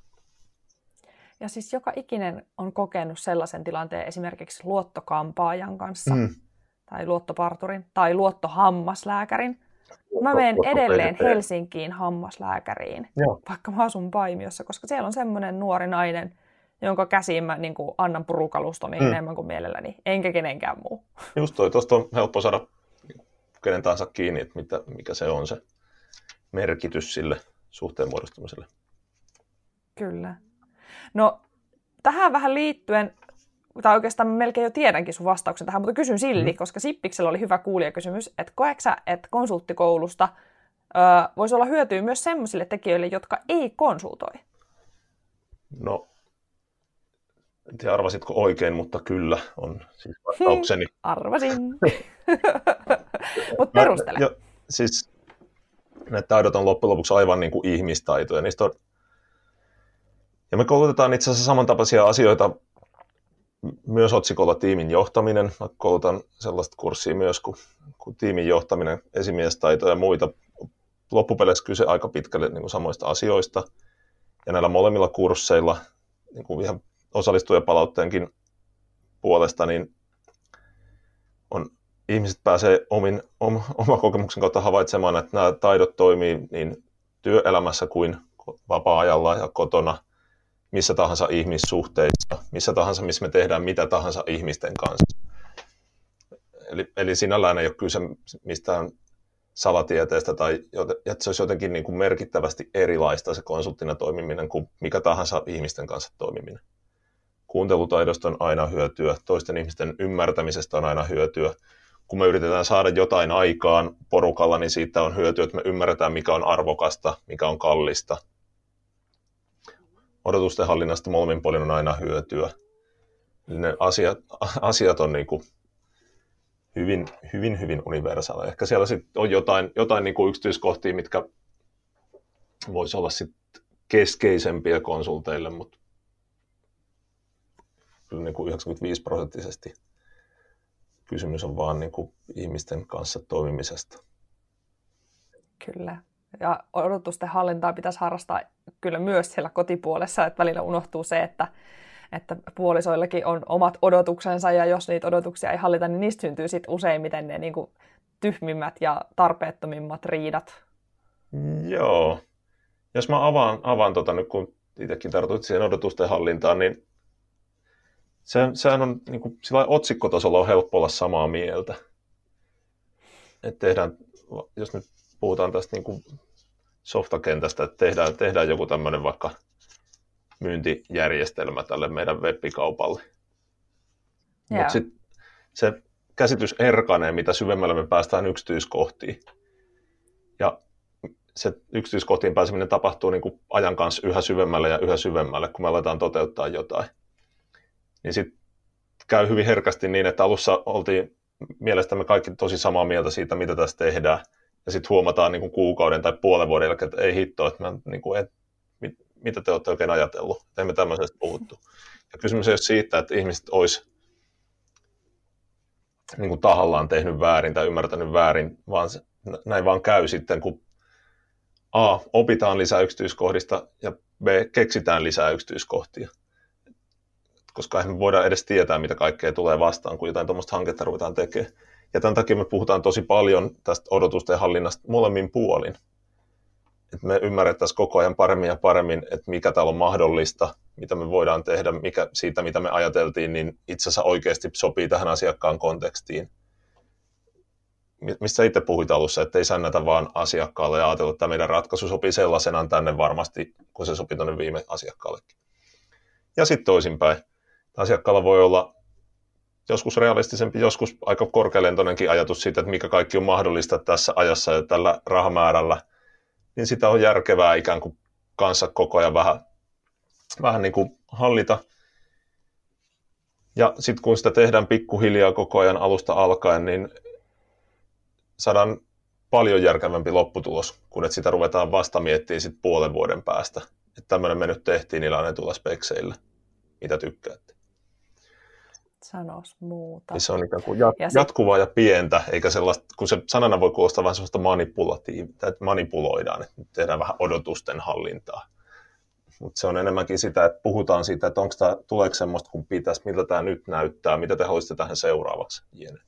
Ja siis joka ikinen on kokenut sellaisen tilanteen esimerkiksi luottokampaajan kanssa, mm. tai luottoparturin, tai luottohammaslääkärin. Mä menen edelleen Helsinkiin hammaslääkäriin, Joo. vaikka mä asun Paimiossa, koska siellä on semmoinen nuori nainen, jonka käsiin mä niin kuin annan purukalustoni mm. enemmän kuin mielelläni, enkä kenenkään muu. Just toi, tuosta on helppo saada kenen tahansa kiinni, että mitä, mikä se on se merkitys sille suhteen muodostumiselle. Kyllä. No tähän vähän liittyen, tai oikeastaan melkein jo tiedänkin sun vastauksen tähän, mutta kysyn silti, mm. koska Sippiksellä oli hyvä kuulijakysymys, että koetko sä, että konsulttikoulusta ö, voisi olla hyötyä myös semmoisille tekijöille, jotka ei konsultoi? No, en tiedä arvasitko oikein, mutta kyllä on siis vastaukseni. Arvasin. Mutta perustele. Jo, siis näitä taidot on loppujen lopuksi aivan niin kuin ihmistaitoja. Niistä on... Ja me koulutetaan itse asiassa samantapaisia asioita myös otsikolla tiimin johtaminen. Mä koulutan sellaista kurssia myös kuin, kuin tiimin johtaminen, esimiestaitoja ja muita. Loppupeleissä kyse aika pitkälle niin kuin samoista asioista. Ja näillä molemmilla kursseilla niin kuin ihan osallistujapalautteenkin puolesta, niin on, ihmiset pääsee omin, oma, oma kokemuksen kautta havaitsemaan, että nämä taidot toimii niin työelämässä kuin vapaa-ajalla ja kotona, missä tahansa ihmissuhteissa, missä tahansa, missä me tehdään mitä tahansa ihmisten kanssa. Eli, eli sinällään ei ole kyse mistään salatieteestä tai että se olisi jotenkin niin kuin merkittävästi erilaista se konsulttina toimiminen kuin mikä tahansa ihmisten kanssa toimiminen. Kuuntelutaidosta on aina hyötyä, toisten ihmisten ymmärtämisestä on aina hyötyä. Kun me yritetään saada jotain aikaan porukalla, niin siitä on hyötyä, että me ymmärretään, mikä on arvokasta, mikä on kallista. Odotusten hallinnasta molemmin puolin on aina hyötyä. Ne asiat, asiat on niin kuin hyvin, hyvin, hyvin universaaleja. Ehkä siellä sit on jotain, jotain niin kuin yksityiskohtia, mitkä voisi olla sit keskeisempiä konsulteille, mutta kyllä niin kuin yhdeksänkymmentäviisi prosenttisesti kysymys on vaan niin kuin ihmisten kanssa toimimisesta. Kyllä. Ja odotusten hallintaa pitäisi harrastaa kyllä myös siellä kotipuolessa, että välillä unohtuu se, että, että puolisoillakin on omat odotuksensa, ja jos niitä odotuksia ei hallita, niin niistä syntyy sitten useimmiten ne niin kuin tyhmimmät ja tarpeettomimmat riidat. Joo. Jos mä avaan, avaan tota nyt, kun itsekin tartuit siihen odotusten hallintaan, niin se, sehän on niin kuin, sillä otsikkotasolla on helppo olla samaa mieltä. Että tehdään jos nyt puhutaan tästä niin kuin softakentästä, että tehdään, tehdään joku tämmöinen vaikka myyntijärjestelmä tälle meidän web-kaupalle. Mutta sitten se käsitys erkanee, mitä syvemmälle me päästään yksityiskohtiin. Ja se yksityiskohtiin pääseminen tapahtuu niin kuin ajan kanssa yhä syvemmälle ja yhä syvemmälle, kun me aletaan toteuttaa jotain. Niin sitten käy hyvin herkästi niin, että alussa oltiin mielestämme kaikki tosi samaa mieltä siitä, mitä tässä tehdään. Ja sitten huomataan niin kuin kuukauden tai puolen vuoden jälkeen, että ei hitto, että mä, niin kuin, et, mit, mitä te olette oikein ajatellut. Emme tämmöisestä puhuttu. Ja kysymys ei ole siitä, että ihmiset olisi niin kuin tahallaan tehnyt väärin tai ymmärtänyt väärin, vaan se, näin vaan käy sitten, kun A, opitaan lisää yksityiskohdista ja B, keksitään lisää yksityiskohtia. Koska me voidaan edes tietää, mitä kaikkea tulee vastaan, kun jotain tuommoista hanketta ruvetaan tekemään. Ja tämän takia me puhutaan tosi paljon tästä odotusten hallinnasta molemmin puolin. Että me ymmärrettäisiin koko ajan paremmin ja paremmin, että mikä täällä on mahdollista, mitä me voidaan tehdä, mikä siitä, mitä me ajateltiin, niin itse asiassa oikeasti sopii tähän asiakkaan kontekstiin. Mistä itse puhuit alussa, että ei sännätä vaan asiakkaalle ja ajatella, että tämä meidän ratkaisu sopii sellaisenaan tänne varmasti, kun se sopii tuonne viime asiakkaallekin. Ja sitten toisinpäin. Asiakkaalla voi olla joskus realistisempi, joskus aika korkealentoinenkin ajatus siitä, että mikä kaikki on mahdollista tässä ajassa ja tällä rahamäärällä, niin sitä on järkevää ikään kuin kanssa koko ajan vähän, vähän niin kuin hallita. Ja sitten kun sitä tehdään pikkuhiljaa koko ajan alusta alkaen, niin saadaan paljon järkevämpi lopputulos, kun että sitä ruvetaan vasta miettimään sit puolen vuoden päästä. Että tämmöinen me nyt tehtiin niillä annetuilla spekseillä. Mitä tykkäätte? Sanois muuta. Niin se on ikään kuin jat- ja jatkuvaa sit... ja pientä, eikä sellaista, kun se sanana voi kuulostaa vähän sellaista manipulatiivista, että manipuloidaan, että nyt tehdään vähän odotusten hallintaa. Mutta se on enemmänkin sitä, että puhutaan siitä, että onko tämä, tuleeko semmoista kun pitäisi, miltä tämä nyt näyttää, mitä te haluaisitte tähän seuraavaksi. Jene.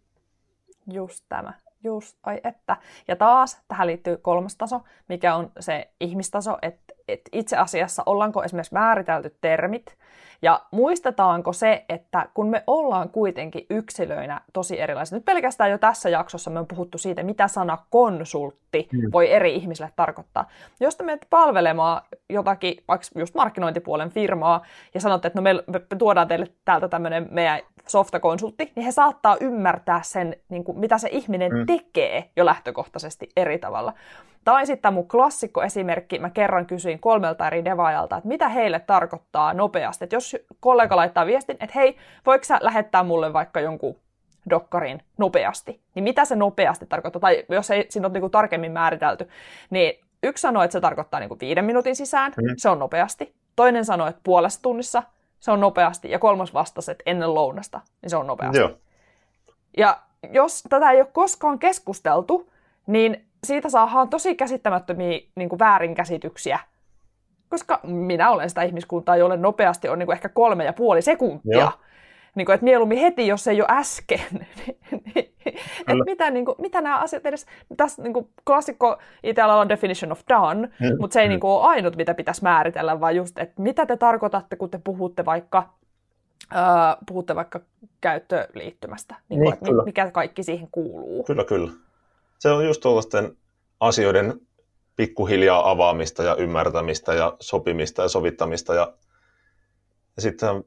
Just tämä. Just, ai että. Ja taas tähän liittyy kolmas taso, mikä on se ihmistaso, että, että itse asiassa ollaanko esimerkiksi määritelty termit, ja muistetaanko se, että kun me ollaan kuitenkin yksilöinä tosi erilaisia, nyt pelkästään jo tässä jaksossa me on puhuttu siitä, mitä sana konsultti mm. voi eri ihmisille tarkoittaa. Jos te menet palvelemaan jotakin, vaikka just markkinointipuolen firmaa, ja sanotte, että no me, me tuodaan teille täältä tämmöinen meidän softakonsultti, niin he saattaa ymmärtää sen, niin kuin, mitä se ihminen mm. tekee jo lähtökohtaisesti eri tavalla. Tai sitten mun klassikkoesimerkki, mä kerran kysyin kolmelta eri devaajalta, että mitä heille tarkoittaa nopeasti. Että jos kollega laittaa viestin, että hei, voiko sä lähettää mulle vaikka jonkun dokkarin nopeasti, niin mitä se nopeasti tarkoittaa? Tai jos ei siinä ole niin kuin tarkemmin määritelty, niin yksi sanoo, että se tarkoittaa niin kuin viiden minuutin sisään, mm. se on nopeasti. Toinen sanoo, että puolessa tunnissa, se on nopeasti. Ja kolmas vastasi, että ennen lounasta, niin se on nopeasti. Joo. Ja jos tätä ei ole koskaan keskusteltu, niin siitä saadaan tosi käsittämättömiä niin kuin väärinkäsityksiä. Koska minä olen sitä ihmiskuntaa, jolle nopeasti on niin kuin ehkä kolme ja puoli sekuntia. Niin kuin, että mieluummin heti, jos ei ole äsken. että mitä, niin kuin, mitä nämä asiat edes... Tässä niin kuin klassikko itellä on definition of done, mm. mutta se ei mm. niin kuin ole ainut, mitä pitäisi määritellä, vaan just, että mitä te tarkoitatte, kun te puhutte vaikka, äh, puhutte vaikka käyttöliittymästä. Niin kuin, niin, että mikä kaikki siihen kuuluu. Kyllä, kyllä. Se on just tuollaisten asioiden pikkuhiljaa avaamista ja ymmärtämistä ja sopimista ja sovittamista. Ja, ja sitten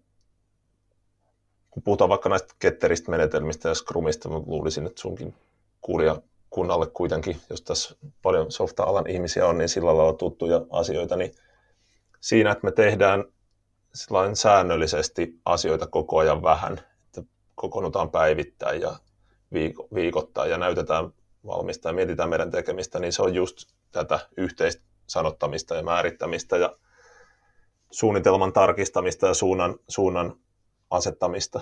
kun puhutaan vaikka näistä ketteristä menetelmistä ja scrumista, mä luulisin, että sunkin kuulijakunnalle kuitenkin, jos tässä paljon softa-alan ihmisiä on, niin sillä lailla tuttuja asioita, niin siinä, että me tehdään säännöllisesti asioita koko ajan vähän, että kokoonnutaan päivittäin ja viikoittain ja näytetään valmista ja mietitään meidän tekemistä, niin se on just tätä yhteistä sanottamista ja määrittämistä ja suunnitelman tarkistamista ja suunnan, suunnan asettamista.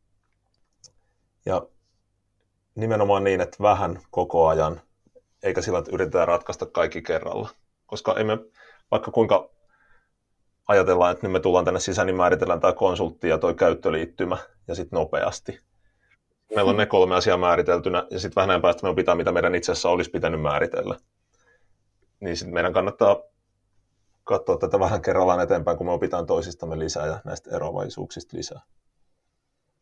Ja nimenomaan niin, että vähän koko ajan, eikä sillä, että yritetään ratkaista kaikki kerralla. Koska emme, vaikka kuinka ajatellaan, että nyt me tullaan tänne sisään, niin määritellään tämä konsultti ja tuo käyttöliittymä ja sitten nopeasti. Meillä on ne kolme asiaa määriteltynä, ja sitten vähän näin päästä me opitaan, mitä meidän itse asiassa olisi pitänyt määritellä. Niin sitten meidän kannattaa katsoa tätä vähän kerrallaan eteenpäin, kun me opitaan toisistamme lisää ja näistä eroavaisuuksista lisää.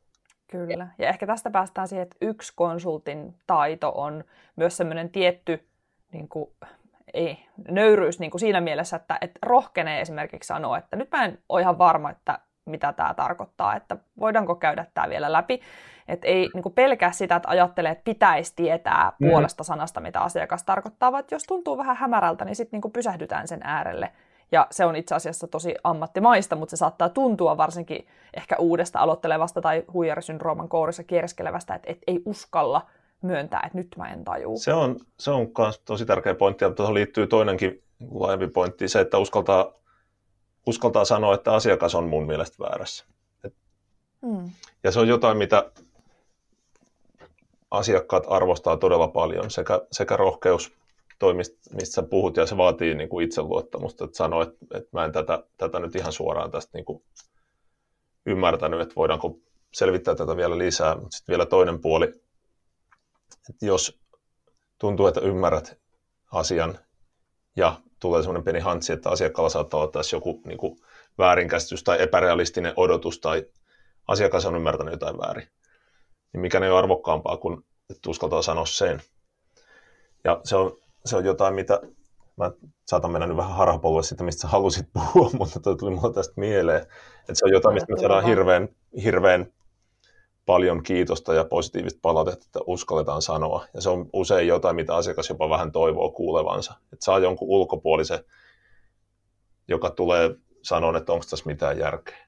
Kyllä. Ja ehkä tästä päästään siihen, että yksi konsultin taito on myös semmoinen tietty niin kuin, ei, nöyryys niin kuin siinä mielessä, että, että rohkenee esimerkiksi sanoa, että nyt mä en ole ihan varma, että mitä tämä tarkoittaa, että voidaanko käydä tämä vielä läpi. Että ei niin kuin pelkää sitä, että ajattelee, että pitäisi tietää mm. puolesta sanasta, mitä asiakas tarkoittaa, vaan jos tuntuu vähän hämärältä, niin sitten niin pysähdytään sen äärelle. Ja se on itse asiassa tosi ammattimaista, mutta se saattaa tuntua varsinkin ehkä uudesta aloittelevasta tai huijarisyndrooman kourissa kierskelevästä, että et ei uskalla myöntää, että nyt mä en tajuu. Se on, se on myös tosi tärkeä pointti, ja tuohon liittyy toinenkin laajempi pointti, se, että uskaltaa, uskaltaa sanoa, että asiakas on mun mielestä väärässä. Et, hmm. Ja se on jotain, mitä asiakkaat arvostaa todella paljon, sekä, sekä rohkeus toi, mistä sä puhut, ja se vaatii niin kuin itseluottamusta, että sanoo, että, että mä en tätä, tätä nyt ihan suoraan tästä niin kuin ymmärtänyt, että voidaanko selvittää tätä vielä lisää. Mutta sitten vielä toinen puoli, että jos tuntuu, että ymmärrät asian ja tulee semmoinen pieni hantsi, että asiakkaalla saattaa olla tässä joku niin kuin väärinkäsitys tai epärealistinen odotus tai asiakas on ymmärtänyt jotain väärin, niin mikä ei ole arvokkaampaa kuin että uskaltaa sanoa sen. Ja se on Se on jotain, mitä mä saatan mennä nyt vähän harhapolulle siitä, mistä sä halusit puhua, mutta toi tuli mulle tästä mieleen. Että se on jotain, mistä me saadaan hirveän, hirveän paljon kiitosta ja positiivista palautetta, että uskalletaan sanoa. Ja se on usein jotain, mitä asiakas jopa vähän toivoo kuulevansa. Että saa jonkun ulkopuolisen, joka tulee sanoa, että onko tässä mitään järkeä.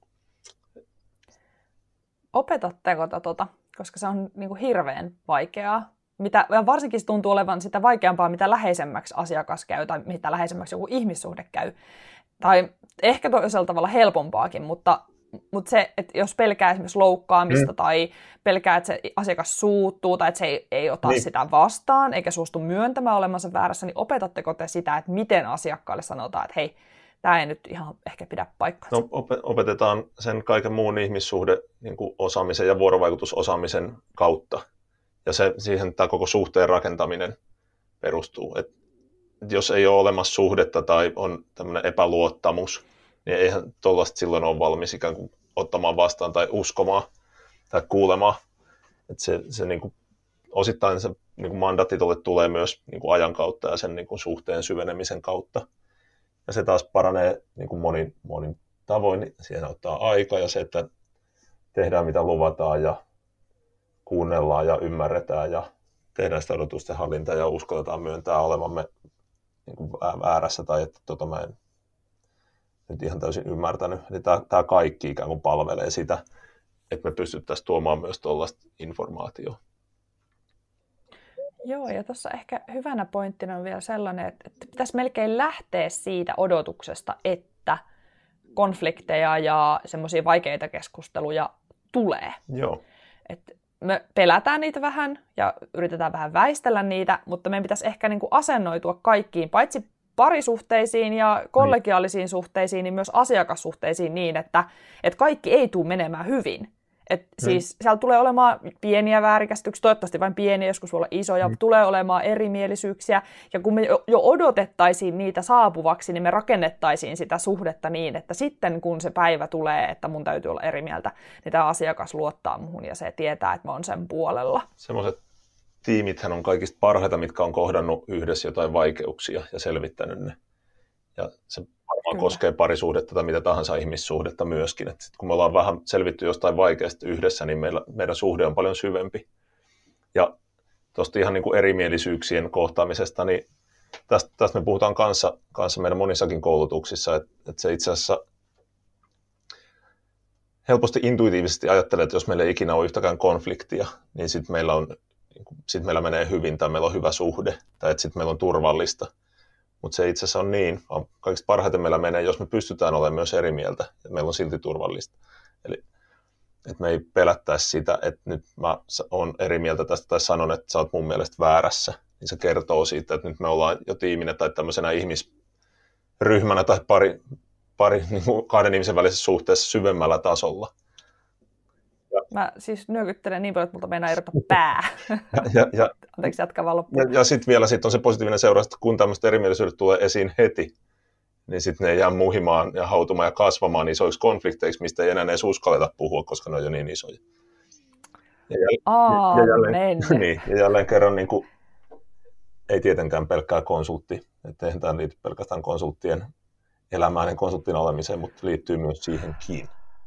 Opetatteko tota, koska se on niin kuin hirveän vaikeaa. Mitä, varsinkin se tuntuu olevan sitä vaikeampaa, mitä läheisemmäksi asiakas käy tai mitä läheisemmäksi joku ihmissuhde käy. Tai ehkä toisella tavalla helpompaakin, mutta, mutta se, että jos pelkää esimerkiksi loukkaamista mm. tai pelkää, että se asiakas suuttuu tai että se ei, ei ota niin. sitä vastaan eikä suostu myöntämään olemansa väärässä, niin opetatteko te sitä, että miten asiakkaalle sanotaan, että hei, tämä ei nyt ihan ehkä pidä paikkaansa? No, opetetaan sen kaiken muun ihmissuhde niin kuin osaamisen ja vuorovaikutusosaamisen kautta. Ja se, siihen tämä koko suhteen rakentaminen perustuu. Et, et jos ei ole olemassa suhdetta tai on tämmöinen epäluottamus, niin eihän tuollaista silloin ole valmis ikään kuin ottamaan vastaan tai uskomaan tai kuulemaan. Et se, se niin kuin, osittain se niin kuin mandaatti tulee myös niin kuin ajan kautta ja sen niin kuin suhteen syvenemisen kautta. Ja se taas paranee niin kuin monin, monin tavoin. Niin siihen ottaa aika ja se, että tehdään mitä luvataan ja kuunnellaan ja ymmärretään ja tehdään sitä odotusten hallintaa ja uskalletaan myöntää olevamme niin kuin väärässä tai että tota mä en nyt ihan täysin ymmärtänyt. Eli tämä, tämä kaikki ikään kuin palvelee sitä, että me pystyttäisiin tuomaan myös tuollaista informaatiota. Joo, ja tuossa ehkä hyvänä pointtina on vielä sellainen, että pitäisi melkein lähteä siitä odotuksesta, että konflikteja ja semmoisia vaikeita keskusteluja tulee. Joo. Että me pelätään niitä vähän ja yritetään vähän väistellä niitä, mutta meidän pitäisi ehkä niin kuin asennoitua kaikkiin, paitsi parisuhteisiin ja kollegiaalisiin suhteisiin, niin myös asiakassuhteisiin niin, että, että kaikki ei tule menemään hyvin. Et siis siellä tulee olemaan pieniä väärinkäsityksiä, toivottavasti vain pieniä, joskus voi olla isoja, mm. tulee olemaan erimielisyyksiä. Ja kun me jo odotettaisiin niitä saapuvaksi, niin me rakennettaisiin sitä suhdetta niin, että sitten kun se päivä tulee, että mun täytyy olla eri mieltä, niin tämä asiakas luottaa muhun ja se tietää, että mä oon sen puolella. Semmoiset tiimithän on kaikista parhaita, mitkä on kohdannut yhdessä jotain vaikeuksia ja selvittänyt ne. Ja se varmaan Kyllä. koskee parisuhdetta tai mitä tahansa ihmissuhdetta myöskin. Et sit kun me ollaan vähän selvitty jostain vaikeasta yhdessä, niin meillä, meidän suhde on paljon syvempi. Ja tuosta ihan niin kuin erimielisyyksien kohtaamisesta, niin tästä, tästä me puhutaan kanssa, kanssa meidän monissakin koulutuksissa, että, että se itse asiassa helposti intuitiivisesti ajattelee, että jos meillä ei ikinä ole yhtäkään konfliktia, niin sitten meillä, on, sit meillä menee hyvin tai meillä on hyvä suhde tai että sitten meillä on turvallista. Mutta se itse asiassa on niin, vaan kaikista parhaiten meillä menee, jos me pystytään olemaan myös eri mieltä, että meillä on silti turvallista. Eli että me ei pelättäisi sitä, että nyt mä oon eri mieltä tästä tai sanon, että sä oot mun mielestä väärässä. Niin se kertoo siitä, että nyt me ollaan jo tiiminä tai tämmöisenä ihmisryhmänä tai pari, pari niin kuin kahden ihmisen välisessä suhteessa syvemmällä tasolla. Ja. Mä siis nyökyttelen niin paljon, että multa meinaa erota pää. Ja, ja, ja, Anteeksi, jatka vaan loppuun. Ja, ja sitten vielä sit on se positiivinen seuraus, että kun tämmöiset erimielisyydet tulee esiin heti, niin sitten ne ei jää muhimaan ja hautumaan ja kasvamaan isoiksi konflikteiksi, mistä ei enää edes uskalleta puhua, koska ne on jo niin isoja. Ja, jäl- ja, jälleen, Aamen. niin, ja jälleen kerran niin kuin, ei tietenkään pelkkää konsultti, että eihän tämä liity pelkästään konsulttien elämään ja konsulttin olemiseen, mutta liittyy myös siihenkin.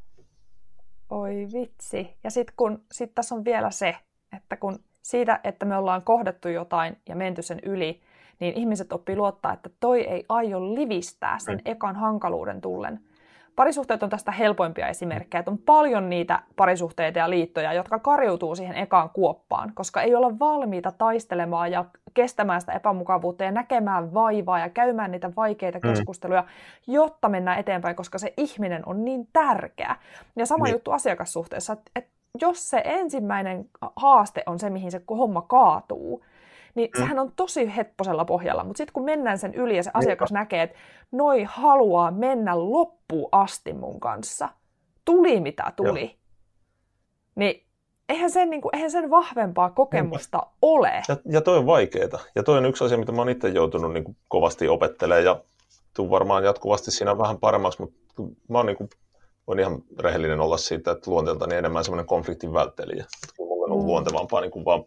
Oi vitsi. Ja sitten kun sit tässä on vielä se, että kun siitä, että me ollaan kohdattu jotain ja menty sen yli, niin ihmiset oppii luottaa, että toi ei aio livistää sen ekan hankaluuden tullen. Parisuhteet on tästä helpoimpia esimerkkejä, että on paljon niitä parisuhteita ja liittoja, jotka kariutuu siihen ekaan kuoppaan, koska ei olla valmiita taistelemaan ja kestämään sitä epämukavuutta ja näkemään vaivaa ja käymään niitä vaikeita keskusteluja, mm. jotta mennään eteenpäin, koska se ihminen on niin tärkeä. Ja sama niin. juttu asiakassuhteessa, että, että jos se ensimmäinen haaste on se, mihin se homma kaatuu, niin mm. sehän on tosi hepposella pohjalla, mutta sitten kun mennään sen yli ja se asiakas Niinpä. näkee, että noi haluaa mennä loppuun asti mun kanssa, tuli mitä tuli, Joo. niin eihän sen, niin kuin, eihän sen vahvempaa kokemusta Niinpä. ole. Ja, ja toi on vaikeeta. Ja toi on yksi asia, mitä mä oon itse joutunut niin kuin kovasti opettelemaan ja tuun varmaan jatkuvasti siinä vähän paremmaksi, mutta mä oon niin kuin, voin ihan rehellinen olla siitä, että luonteeltani enemmän semmoinen konfliktin välttelijä. Mulla on ollut mm. luontevampaa niin kuin vaan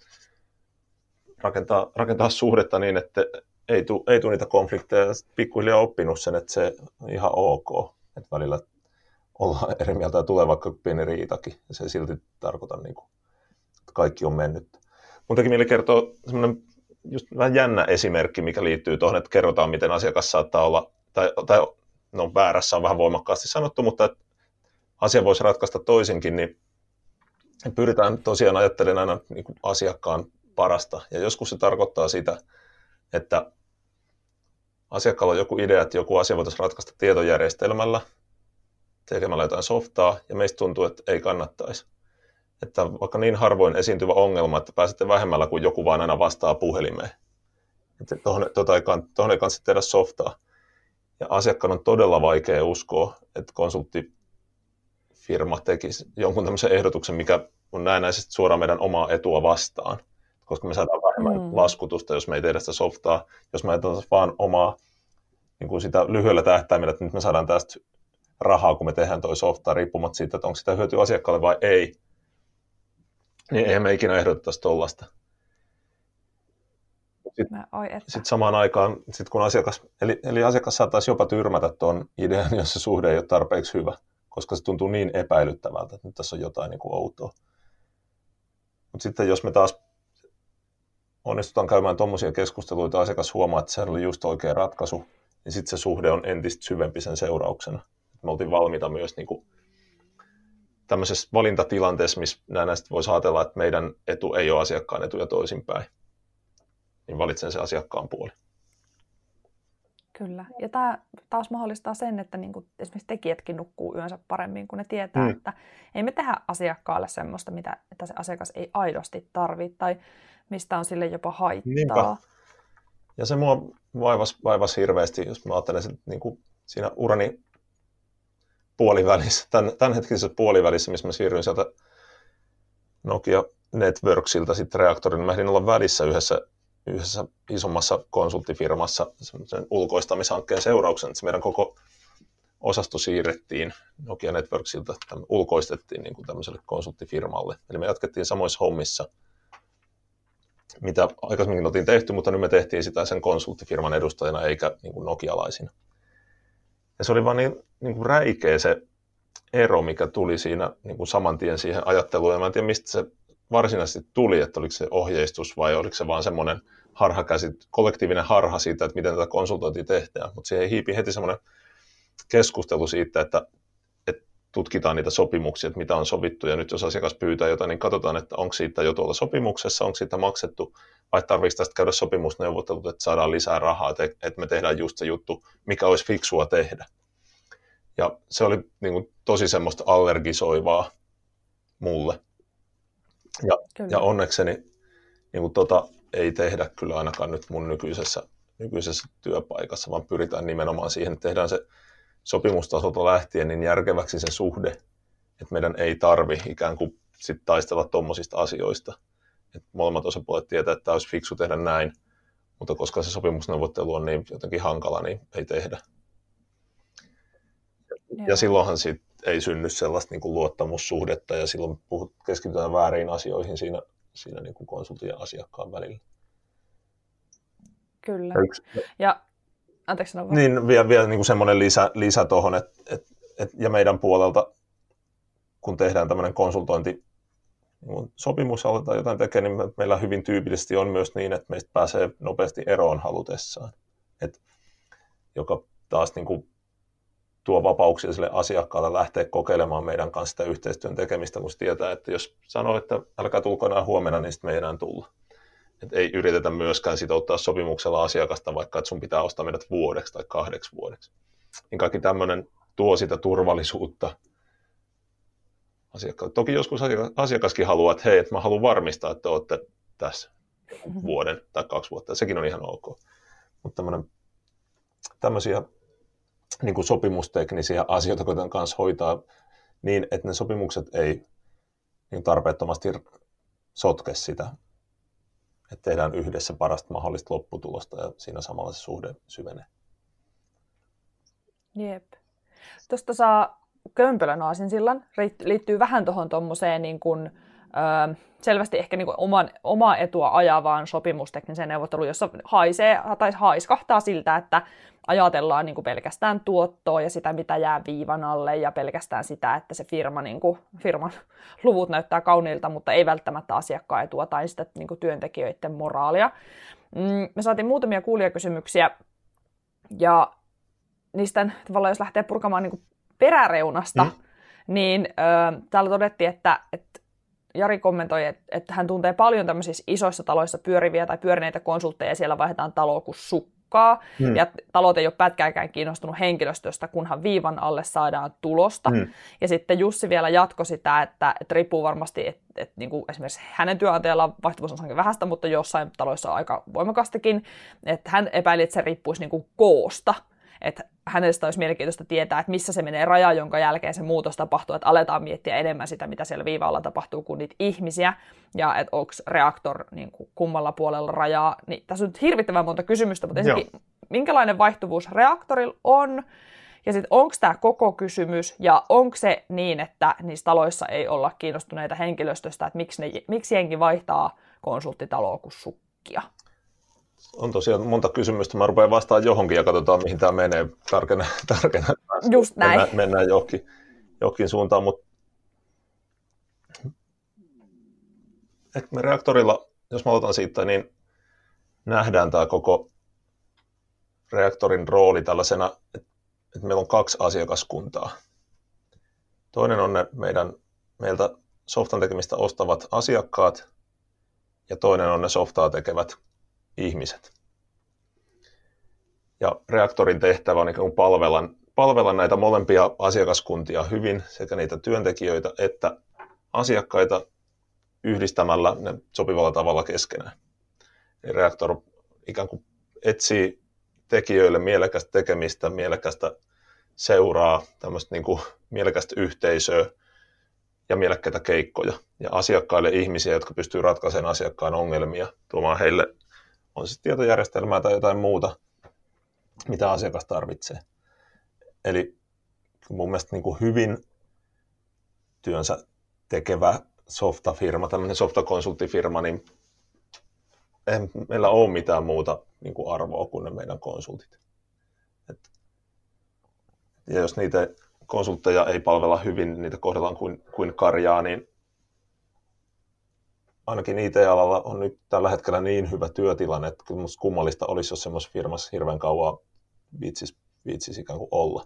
Rakentaa, rakentaa suhdetta niin, että ei tule ei tule niitä konflikteja. Pikkuhiljaa oppinut sen, että se on ihan ok. Että välillä ollaan eri mieltä ja tulee vaikka pieni riitakin. Ja se ei silti tarkoita, niin kuin, että kaikki on mennyt. Mun teki mieli kertoa semmoinen just vähän jännä esimerkki, mikä liittyy tuohon, että kerrotaan, miten asiakas saattaa olla, tai, tai no väärässä on vähän voimakkaasti sanottu, mutta että asia voisi ratkaista toisinkin, niin pyritään tosiaan ajattelemaan aina niin kuin asiakkaan parasta. Ja joskus se tarkoittaa sitä, että asiakkaalla on joku idea, että joku asia voitaisiin ratkaista tietojärjestelmällä, tekemällä jotain softaa, ja meistä tuntuu, että ei kannattaisi. Että vaikka niin harvoin esiintyvä ongelma, että pääsette vähemmällä, kuin joku vaan aina vastaa puhelimeen. Että tuohon, tuota ei, tuohon ei kannata tehdä softaa. Ja asiakkaan on todella vaikea uskoa, että konsulttifirma tekisi jonkun tämmöisen ehdotuksen, mikä on näennäisesti suoraan meidän omaa etua vastaan. Koska me saadaan vähemmän mm. laskutusta, jos me ei tehdä sitä softaa. Jos me ajatellaan vaan omaa niin kuin sitä lyhyellä tähtäimellä, että nyt me saadaan tästä rahaa, kun me tehdään toi softaa, riippumatta siitä, että onko sitä hyötyä asiakkaalle vai ei, niin eihän me ikinä ehdotettaisi tollaista. Sitten sit samaan aikaan, sit kun asiakas, eli, eli asiakas saattaisi jopa tyrmätä tuon idean, jos se suhde ei ole tarpeeksi hyvä, koska se tuntuu niin epäilyttävältä, että nyt tässä on jotain niin kuin outoa. Mutta sitten jos me taas onnistutaan käymään tuommoisia keskusteluita, asiakas huomaa, että se oli just oikea ratkaisu, niin sitten se suhde on entistä syvempi sen seurauksena. Me oltiin valmiita myös niin kuin tämmöisessä valintatilanteessa, missä näistä voisi ajatella, että meidän etu ei ole asiakkaan etu ja toisinpäin, niin valitsen se asiakkaan puoli. Kyllä. Ja tämä taas mahdollistaa sen, että niin kuin esimerkiksi tekijätkin nukkuu yönsä paremmin, kun ne tietää, mm. että ei me tehdä asiakkaalle semmoista, mitä, että se asiakas ei aidosti tarvitse tai mistä on sille jopa haittaa. Niinpä. Ja se mua vaivasi, vaivasi hirveästi, jos mä ajattelen että niin kuin siinä urani puolivälissä, tämän, tämänhetkisessä puolivälissä, missä mä siirryin sieltä Nokia Networksilta sitten reaktorin, mä ehdin olla välissä yhdessä, yhdessä isommassa konsulttifirmassa sen ulkoistamishankkeen seurauksena, että meidän koko osasto siirrettiin Nokia Networksilta, ulkoistettiin niin kuin tämmöiselle konsulttifirmalle. Eli me jatkettiin samoissa hommissa, mitä aikaisemminkin oltiin tehty, mutta nyt me tehtiin sitä sen konsulttifirman edustajana eikä niin kuin nokialaisina. Ja se oli vaan niin, niin kuin räikeä se ero, mikä tuli siinä niin kuin saman tien siihen ajatteluun. Ja mä en tiedä, mistä se varsinaisesti tuli, että oliko se ohjeistus vai oliko se vaan semmoinen harhakäsit, kollektiivinen harha siitä, että miten tätä konsultointia tehdään. Mutta siihen hiipi heti semmoinen keskustelu siitä, että, että tutkitaan niitä sopimuksia, että mitä on sovittu. Ja nyt jos asiakas pyytää jotain, niin katsotaan, että onko siitä jo tuolla sopimuksessa, onko siitä maksettu, vai tarvitsisi tästä käydä sopimusneuvottelut, että saadaan lisää rahaa, että me tehdään just se juttu, mikä olisi fiksua tehdä. Ja se oli niin kuin tosi semmoista allergisoivaa mulle. Ja, ja onnekseni niin kuin tota, ei tehdä kyllä ainakaan nyt mun nykyisessä, nykyisessä työpaikassa, vaan pyritään nimenomaan siihen, että tehdään se sopimustasolta lähtien niin järkeväksi se suhde, että meidän ei tarvi ikään kuin sit taistella tuommoisista asioista. Että molemmat osapuolet tietää, että tämä olisi fiksu tehdä näin, mutta koska se sopimusneuvottelu on niin jotenkin hankala, niin ei tehdä. Ja, ja silloinhan siitä ei synny sellaista niin kuin luottamussuhdetta ja silloin puhut, keskitytään väärin asioihin siinä, siinä niin kuin konsultin ja asiakkaan välillä. Kyllä. Ja, yksi, ja anteeksi sanoa. Niin vielä, vielä niin kuin semmoinen lisä, lisä tuohon, että et, et, ja meidän puolelta, kun tehdään tämmöinen konsultointi, niin sopimus aletaan jotain tekemään, niin meillä hyvin tyypillisesti on myös niin, että meistä pääsee nopeasti eroon halutessaan. Et, joka taas niin kuin tuo vapauksia sille asiakkaalle lähteä kokeilemaan meidän kanssa sitä yhteistyön tekemistä, kun se tietää, että jos sanoo, että älkää tulko enää huomenna, niin sitten me ei enää tulla. Et ei yritetä myöskään sitouttaa sopimuksella asiakasta, vaikka että sun pitää ostaa meidät vuodeksi tai kahdeksi vuodeksi. Niin kaikki tämmöinen tuo sitä turvallisuutta asiakkaalle. Toki joskus asiakaskin haluaa, että hei, että mä haluan varmistaa, että olette tässä vuoden tai kaksi vuotta. Sekin on ihan ok. Mutta tämmöisiä niin kuin sopimusteknisiä asioita, joiden kanssa hoitaa niin, että ne sopimukset ei niin tarpeettomasti sotke sitä, että tehdään yhdessä parasta mahdollista lopputulosta ja siinä samalla se suhde syvenee. Jep. Tuosta saa kömpelön aasinsillan, liittyy vähän tuohon tuommoiseen niin kuin, ö, selvästi ehkä niin kuin oman, omaa etua ajavaan sopimustekniseen neuvotteluun, jossa haisee tai haiskahtaa siltä, että ajatellaan niin kuin pelkästään tuottoa ja sitä, mitä jää viivan alle, ja pelkästään sitä, että se firma, niin kuin, firman luvut näyttää kauniilta, mutta ei välttämättä asiakkaan etua tai sitä niin kuin työntekijöiden moraalia. Mm, me saatiin muutamia kuulijakysymyksiä, ja niistä tavallaan, jos lähtee purkamaan niin kuin peräreunasta, mm. niin ö, täällä todettiin, että, että Jari kommentoi, että, että hän tuntee paljon tämmöisissä isoissa taloissa pyöriviä tai pyörineitä konsultteja, ja siellä vaihdetaan taloa kuin sukkaa, mm. ja talot ei ole pätkääkään kiinnostunut henkilöstöstä, kunhan viivan alle saadaan tulosta. Mm. Ja sitten Jussi vielä jatkoi sitä, että, että riippuu varmasti, että, että niin kuin esimerkiksi hänen työnantajallaan vaihtuvuus on sangen vähäistä, mutta jossain taloissa on aika voimakastakin, että hän epäili, että se riippuisi niin kuin koosta. Että hänestä olisi mielenkiintoista tietää, että missä se menee raja, jonka jälkeen se muutos tapahtuu, että aletaan miettiä enemmän sitä, mitä siellä viivalla tapahtuu, kuin niitä ihmisiä, ja että onko reaktor niin kuin kummalla puolella rajaa. Niin, tässä on nyt hirvittävän monta kysymystä, mutta ensinnäkin, minkälainen vaihtuvuus reaktorilla on, ja sitten onko tämä koko kysymys, ja onko se niin, että niissä taloissa ei olla kiinnostuneita henkilöstöstä, että miksi, ne, miksi jengi vaihtaa konsulttitaloa kuin sukkia? On tosiaan monta kysymystä. Mä rupean vastaan johonkin ja katsotaan, mihin tämä menee. Tarkennan. Tarkennan. Just näin. Mennään, mennään johonkin, johonkin suuntaan. Mutta me reaktorilla, jos mä otan siitä, niin nähdään tämä koko reaktorin rooli tällaisena, että, että meillä on kaksi asiakaskuntaa. Toinen on ne meidän, meiltä softan tekemistä ostavat asiakkaat, ja toinen on ne softaa tekevät ihmiset. Ja reaktorin tehtävä on ikään kuin palvella, palvella näitä molempia asiakaskuntia hyvin, sekä niitä työntekijöitä että asiakkaita yhdistämällä ne sopivalla tavalla keskenään. Eli reaktor ikään kuin etsii tekijöille mielekästä tekemistä, mielekästä seuraa, tämmöistä niin kuin mielekästä yhteisöä ja mielekkäitä keikkoja. Ja asiakkaille ihmisiä, jotka pystyy ratkaisemaan asiakkaan ongelmia, tuomaan heille on siis tietojärjestelmää tai jotain muuta, mitä asiakas tarvitsee. Eli mun mielestä niin kuin hyvin työnsä tekevä softafirma, tämmöinen softakonsulttifirma, niin ei meillä ole mitään muuta niin kuin arvoa kuin ne meidän konsultit. Et, ja jos niitä konsultteja ei palvella hyvin, niitä kohdellaan kuin, kuin karjaa, niin ainakin I T-alalla on nyt tällä hetkellä niin hyvä työtilanne, että musta kummallista olisi, jos semmoisessa firmassa hirveän kauan viitsisi, viitsisi ikään kuin olla.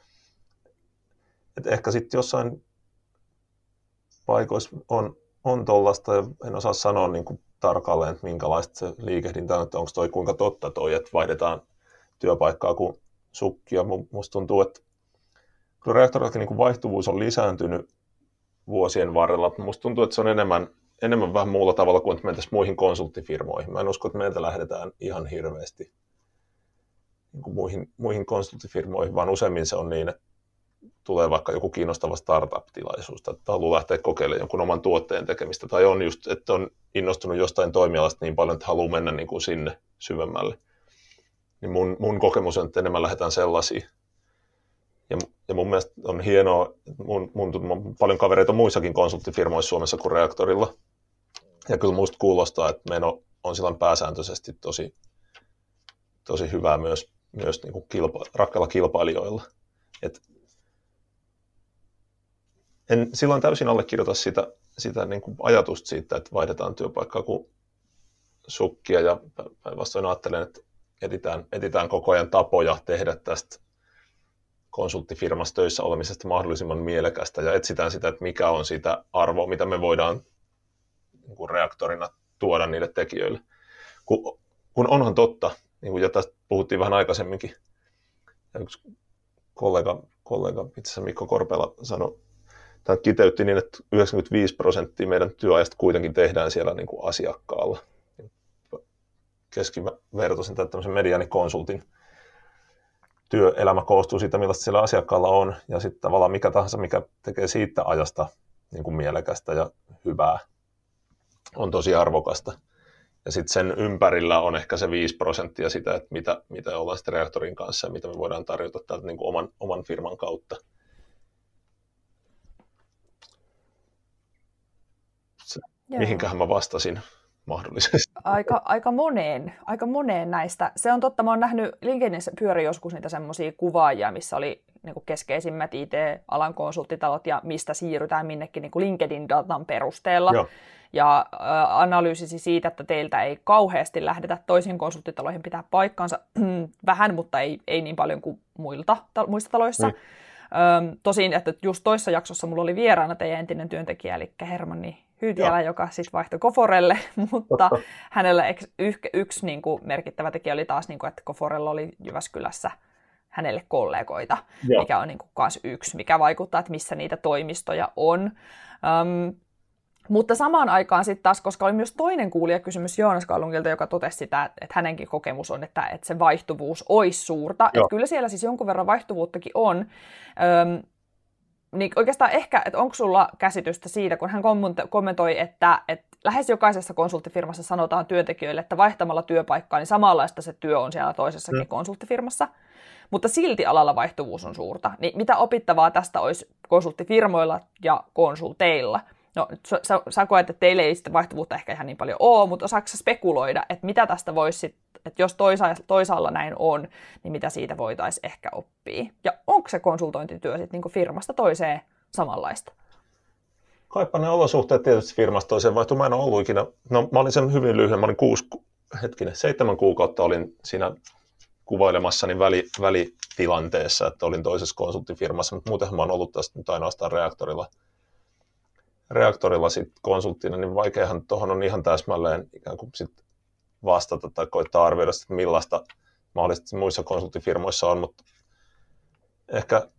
Et ehkä sitten jossain paikoissa on, on tollaista, ja en osaa sanoa niin kuin tarkalleen, että minkälaista se liikehdintä on, että onko toi kuinka totta toi, että vaihdetaan työpaikkaa kuin sukkia. Musta tuntuu, että kyllä reaktorillakin niin kuin vaihtuvuus on lisääntynyt vuosien varrella. Musta tuntuu, että se on enemmän enemmän vähän muulla tavalla kuin että mentäisiin muihin konsulttifirmoihin. Mä en usko, että meiltä lähdetään ihan hirveästi niin kuin muihin, muihin konsulttifirmoihin, vaan useimmin se on niin, että tulee vaikka joku kiinnostava startup-tilaisuus, tai haluaa lähteä kokeilemaan jonkun oman tuotteen tekemistä, tai on just, että on innostunut jostain toimialasta niin paljon, että haluaa mennä niin kuin sinne syvemmälle. Niin mun, mun kokemus on, että enemmän lähdetään sellaisiin. Ja, ja mun mielestä on hienoa, mun, mun, mun paljon kavereita on muissakin konsulttifirmoissa Suomessa kuin Reaktorilla. Ja kyllä musta kuulostaa, että meidän on, on silloin pääsääntöisesti tosi, tosi hyvää myös, myös niin kuin kilpa, rakkailla kilpailijoilla. Et en silloin täysin allekirjoita sitä, sitä niin kuin ajatusta siitä, että vaihdetaan työpaikkaa kuin sukkia. Ja päinvastoin ajattelen, että etsitään, etsitään koko ajan tapoja tehdä tästä konsulttifirmassa töissä olemisesta mahdollisimman mielekästä ja etsitään sitä, että mikä on sitä arvoa, mitä me voidaan niin kuin Reaktorina tuoda niille tekijöille. Kun, kun onhan totta, niin kuin jo tästä puhuttiin vähän aikaisemminkin, ja yksi kollega, kollega itse asiassa Mikko Korpela sanoi, tai kiteytti niin, että yhdeksänkymmentäviisi prosenttia meidän työajasta kuitenkin tehdään siellä niin kuin asiakkaalla. Keskivertoisen tai tämmöisen mediaanikonsultin työelämä koostuu siitä, millaista siellä asiakkaalla on, ja sitten tavallaan mikä tahansa, mikä tekee siitä ajasta niin kuin mielekästä ja hyvää, on tosi arvokasta. Ja sitten sen ympärillä on ehkä se viisi prosenttia sitä, että mitä, mitä ollaan sitten Reaktorin kanssa ja mitä me voidaan tarjota täältä niin kuin oman, oman firman kautta. Se, mihinkähän mä vastasin mahdollisesti. Aika, aika, moneen, aika moneen näistä. Se on totta, mä oon nähnyt LinkedInissä pyöri joskus niitä semmoisia kuvaajia, missä oli niin kuin keskeisimmät I T-alan konsulttitalot ja mistä siirrytään minnekin niin kuin LinkedIn-datan perusteella. Joo. Ja äh, analyysisi siitä, että teiltä ei kauheasti lähdetä toisiin konsulttitaloihin pitää paikkansa vähän, mutta ei, ei niin paljon kuin muilta, ta- muista taloissa. Mm. Öm, tosin, että just toissa jaksossa mulla oli vieraana teidän entinen työntekijä, eli Hermanni Hyytiälä, joka siis vaihtoi Koforelle, mutta Totta. hänellä yksi, yksi niin kuin merkittävä tekijä oli taas, niin kuin, että Koforella oli Jyväskylässä hänelle kollegoita, Joo. mikä on niin kuin myös yksi, mikä vaikuttaa, että missä niitä toimistoja on. Öm, mutta samaan aikaan sitten taas, koska oli myös toinen kuulijakysymys Joonas Kallungilta, joka totesi sitä, että hänenkin kokemus on, että, että se vaihtuvuus olisi suurta. Että kyllä siellä siis jonkun verran vaihtuvuuttakin on. Öm, niin oikeastaan ehkä, että onko sulla käsitystä siitä, kun hän kommentoi, että, että lähes jokaisessa konsulttifirmassa sanotaan työntekijöille, että vaihtamalla työpaikkaa, niin samanlaista se työ on siellä toisessakin mm. konsulttifirmassa. Mutta silti alalla vaihtuvuus on suurta. Niin mitä opittavaa tästä olisi konsulttifirmoilla ja konsulteilla? No, sä, sä koet, että teille ei sitten vaihtuvuutta ehkä ihan niin paljon ole, mutta osaatko sä spekuloida, että mitä tästä voisi sitten, että jos toisa- toisaalla näin on, niin mitä siitä voitaisiin ehkä oppia? Ja onko se konsultointityö sitten niin kuin firmasta toiseen samanlaista? Kaipa ne olosuhteet tietysti firmasta toiseen vaihtuu. Mä en ole ollut ikinä, no mä olin sen hyvin lyhyen, mä olin kuusi, hetkinen, seitsemän kuukautta olin siinä kuvailemassani väli, välitilanteessa, että olin toisessa konsulttifirmassa, mutta muutenhan mä oon ollut tästä nyt ainoastaan Reaktorilla. Reaktorilla sit konsulttina, niin vaikeahan tuohon on ihan täsmälleen ikään kuin sit vastata tai koittaa arvioida, että millaista mahdollisesti muissa konsulttifirmoissa on, mutta ehkä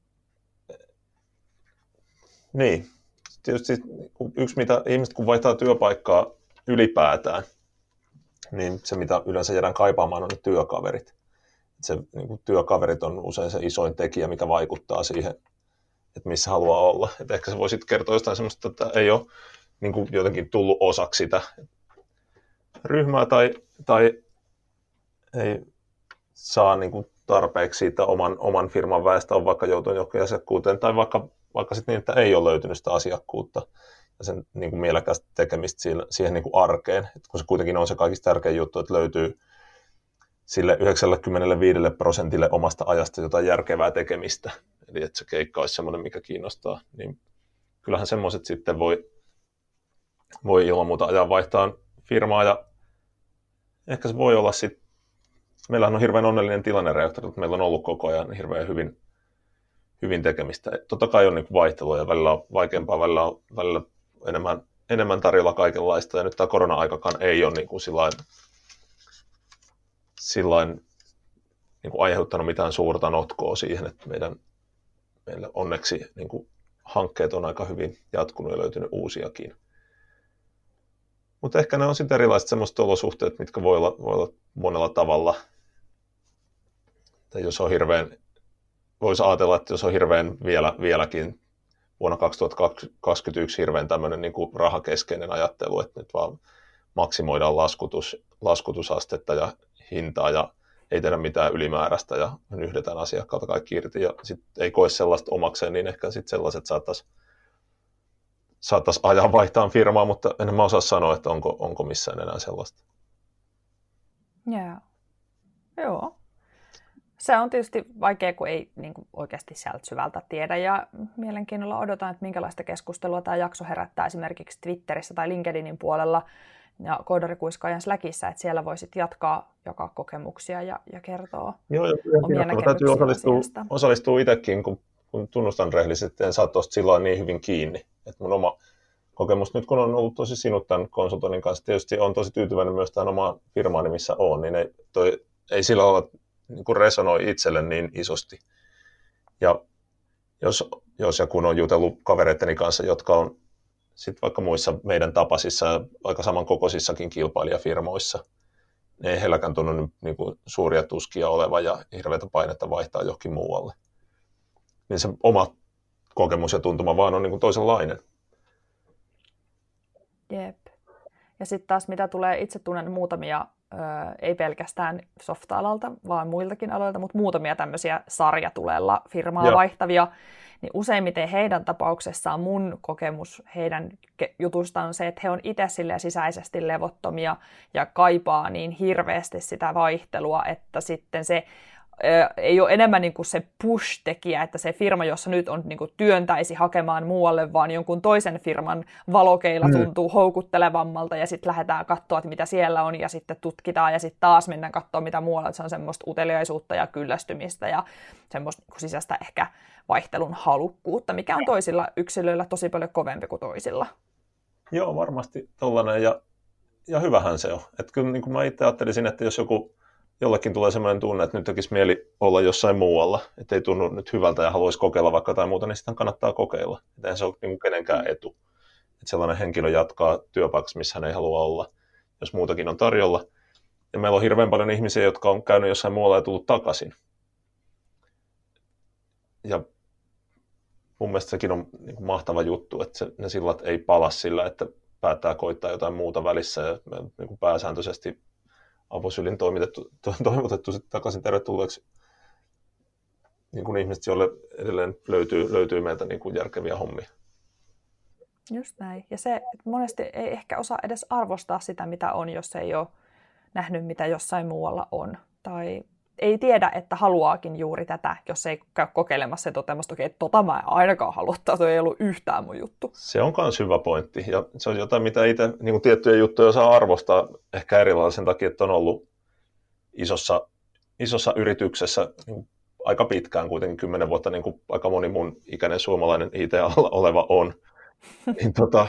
niin, tietysti yksi mitä ihmiset kun vaihtaa työpaikkaa ylipäätään, niin se mitä yleensä jäädään kaipaamaan on ne työkaverit. Se, niin kuin työkaverit on usein se isoin tekijä, mikä vaikuttaa siihen, että missä haluaa olla. Et ehkä se voi sitten kertoa jostain semmoista, että ei ole niin kuin jotenkin tullut osaksi sitä ryhmää tai, tai ei saa niin kuin tarpeeksi siitä oman, oman firman väestä, on vaikka joutunut johonkin asiakkuuteen, tai vaikka, vaikka sitten niin, että ei ole löytynyt sitä asiakkuutta ja sen niin kuin mielekästä tekemistä siihen, siihen niin kuin arkeen. Et kun se kuitenkin on se kaikista tärkein juttu, että löytyy sille yhdeksänkymmentäviisi prosentille omasta ajasta jotain järkevää tekemistä. Eli että se keikka olisi semmoinen, mikä kiinnostaa. Niin kyllähän semmoiset sitten voi, voi ilman muuta ajaa vaihtaa firmaa. Ja ehkä se voi olla sitten, meillähän on hirveän onnellinen tilanne Reaktorilla, että meillä on ollut koko ajan hirveän hyvin, hyvin tekemistä. Totta kai on niin kuin vaihtelua ja välillä on vaikeampaa, välillä on välillä enemmän, enemmän tarjolla kaikenlaista. Ja nyt tämä korona-aikakaan ei ole niin kuin sillain, sillain niin kuin aiheuttanut mitään suurta notkoa siihen, että meidän, meillä onneksi niin kuin hankkeet on aika hyvin jatkunut ja löytynyt uusiakin. Mutta ehkä ne on sitten erilaiset sellaiset olosuhteet, mitkä voi olla, voi olla monella tavalla. Tai jos on hirveän, voisi ajatella, että jos on hirveän vielä, vieläkin vuonna kaksituhattakaksikymmentäyksi hirveän tämmöinen niin kuin rahakeskeinen ajattelu, että nyt vaan maksimoidaan laskutus, laskutusastetta ja hintaa ja ei tehdä mitään ylimääräistä ja nyhdetään asiakkaalta kaikki irti ja sitten ei koe sellaista omakseen, niin ehkä sitten sellaiset saattaisi saattaisi ajaa vaihtaa firmaa, mutta en mä osaa sanoa, että onko, onko missään enää sellaista. Yeah. Joo. Se on tietysti vaikea, kun ei niin kuin oikeasti sieltä syvältä tiedä ja mielenkiinnolla odotan, että minkälaista keskustelua tämä jakso herättää esimerkiksi Twitterissä tai LinkedInin puolella ja Koodarikuiskaajan Slackissa, että siellä voisit jatkaa, jakaa kokemuksia ja, ja kertoa Joo, ja omia näkemyksiä täytyy osallistua, asiasta. osallistua itsekin, kun, kun tunnustan rehellisesti, en saa tuosta silloin niin hyvin kiinni. Että mun oma kokemus nyt, kun on ollut tosi sinut tämän konsultoinnin kanssa, tietysti on tosi tyytyväinen myös tähän omaan firmaani, missä on, niin ei, toi, ei sillä lailla niin kuin resonoi itselle niin isosti. Ja jos, jos ja kun on jutellut kavereitteni kanssa, jotka on sitten vaikka muissa meidän tapaisissa ja aika samankokoisissakin kilpailijafirmoissa, niin ei heilläkään tunnu niin kuin suuria tuskia oleva ja hirveätä painetta vaihtaa johonkin muualle. Niin se oma kokemus ja tuntuma vaan on niin kuin toisenlainen. Jep. Ja sitten taas mitä tulee, itse tunnen muutamia, ö, ei pelkästään softa-alalta, vaan muiltakin aloilta, mutta muutamia tämmöisiä sarjatulella firmaa Joo. vaihtavia, niin useimmiten heidän tapauksessaan mun kokemus heidän jutusta on se, että he on itse silleen sisäisesti levottomia ja kaipaa niin hirveästi sitä vaihtelua, että sitten se ei ole enemmän niin kuin se push-tekijä, että se firma, jossa nyt on, niin kuin työntäisi hakemaan muualle, vaan jonkun toisen firman valokeila tuntuu mm. houkuttelevammalta ja sitten lähdetään katsoa, että mitä siellä on ja sitten tutkitaan ja sitten taas mennään katsoa, mitä muualla. Että se on semmoista uteliaisuutta ja kyllästymistä ja semmoista niin kuin sisäistä ehkä vaihtelun halukkuutta, mikä on toisilla yksilöillä tosi paljon kovempi kuin toisilla. Joo, varmasti tollainen ja, ja hyvähän se on. Että kyllä niin kuin mä itse ajattelisin, että jos joku jollekin tulee sellainen tunne, että nyt tekisi mieli olla jossain muualla, että ei tunnu nyt hyvältä ja haluaisi kokeilla vaikka jotain muuta, niin sitten kannattaa kokeilla. Että eihän se ole niin kenenkään etu. Että sellainen henkilö jatkaa työpaikassa, missä hän ei halua olla, jos muutakin on tarjolla. Ja meillä on hirveän paljon ihmisiä, jotka on käynyt jossain muualla ja tullut takaisin. Ja mun mielestä sekin on niin kuin mahtava juttu, että se, ne sillat ei pala sillä, että päättää koittaa jotain muuta välissä ja niin kuin pääsääntöisesti avosylin toimitettu, to, toivotettu sitten takaisin tervetulleeksi niin kuin ihmiset, joille edelleen löytyy, löytyy meiltä niin kuin järkeviä hommia. Just näin. Ja se, että monesti ei ehkä osaa edes arvostaa sitä, mitä on, jos ei ole nähnyt, mitä jossain muualla on. Tai ei tiedä, että haluaakin juuri tätä, jos ei käy kokeilemassa ja toteamassa, että tota mä en ainakaan halua, toi ei ollut yhtään mun juttu. Se on myös hyvä pointti. Ja se on jotain, mitä itse niin kuin tiettyjä juttuja osaa arvostaa ehkä erilaisen takia, että on ollut isossa, isossa yrityksessä niin aika pitkään, kuitenkin kymmenen vuotta, niin kuin aika moni mun ikäinen suomalainen I T-alalla oleva on. niin, tota,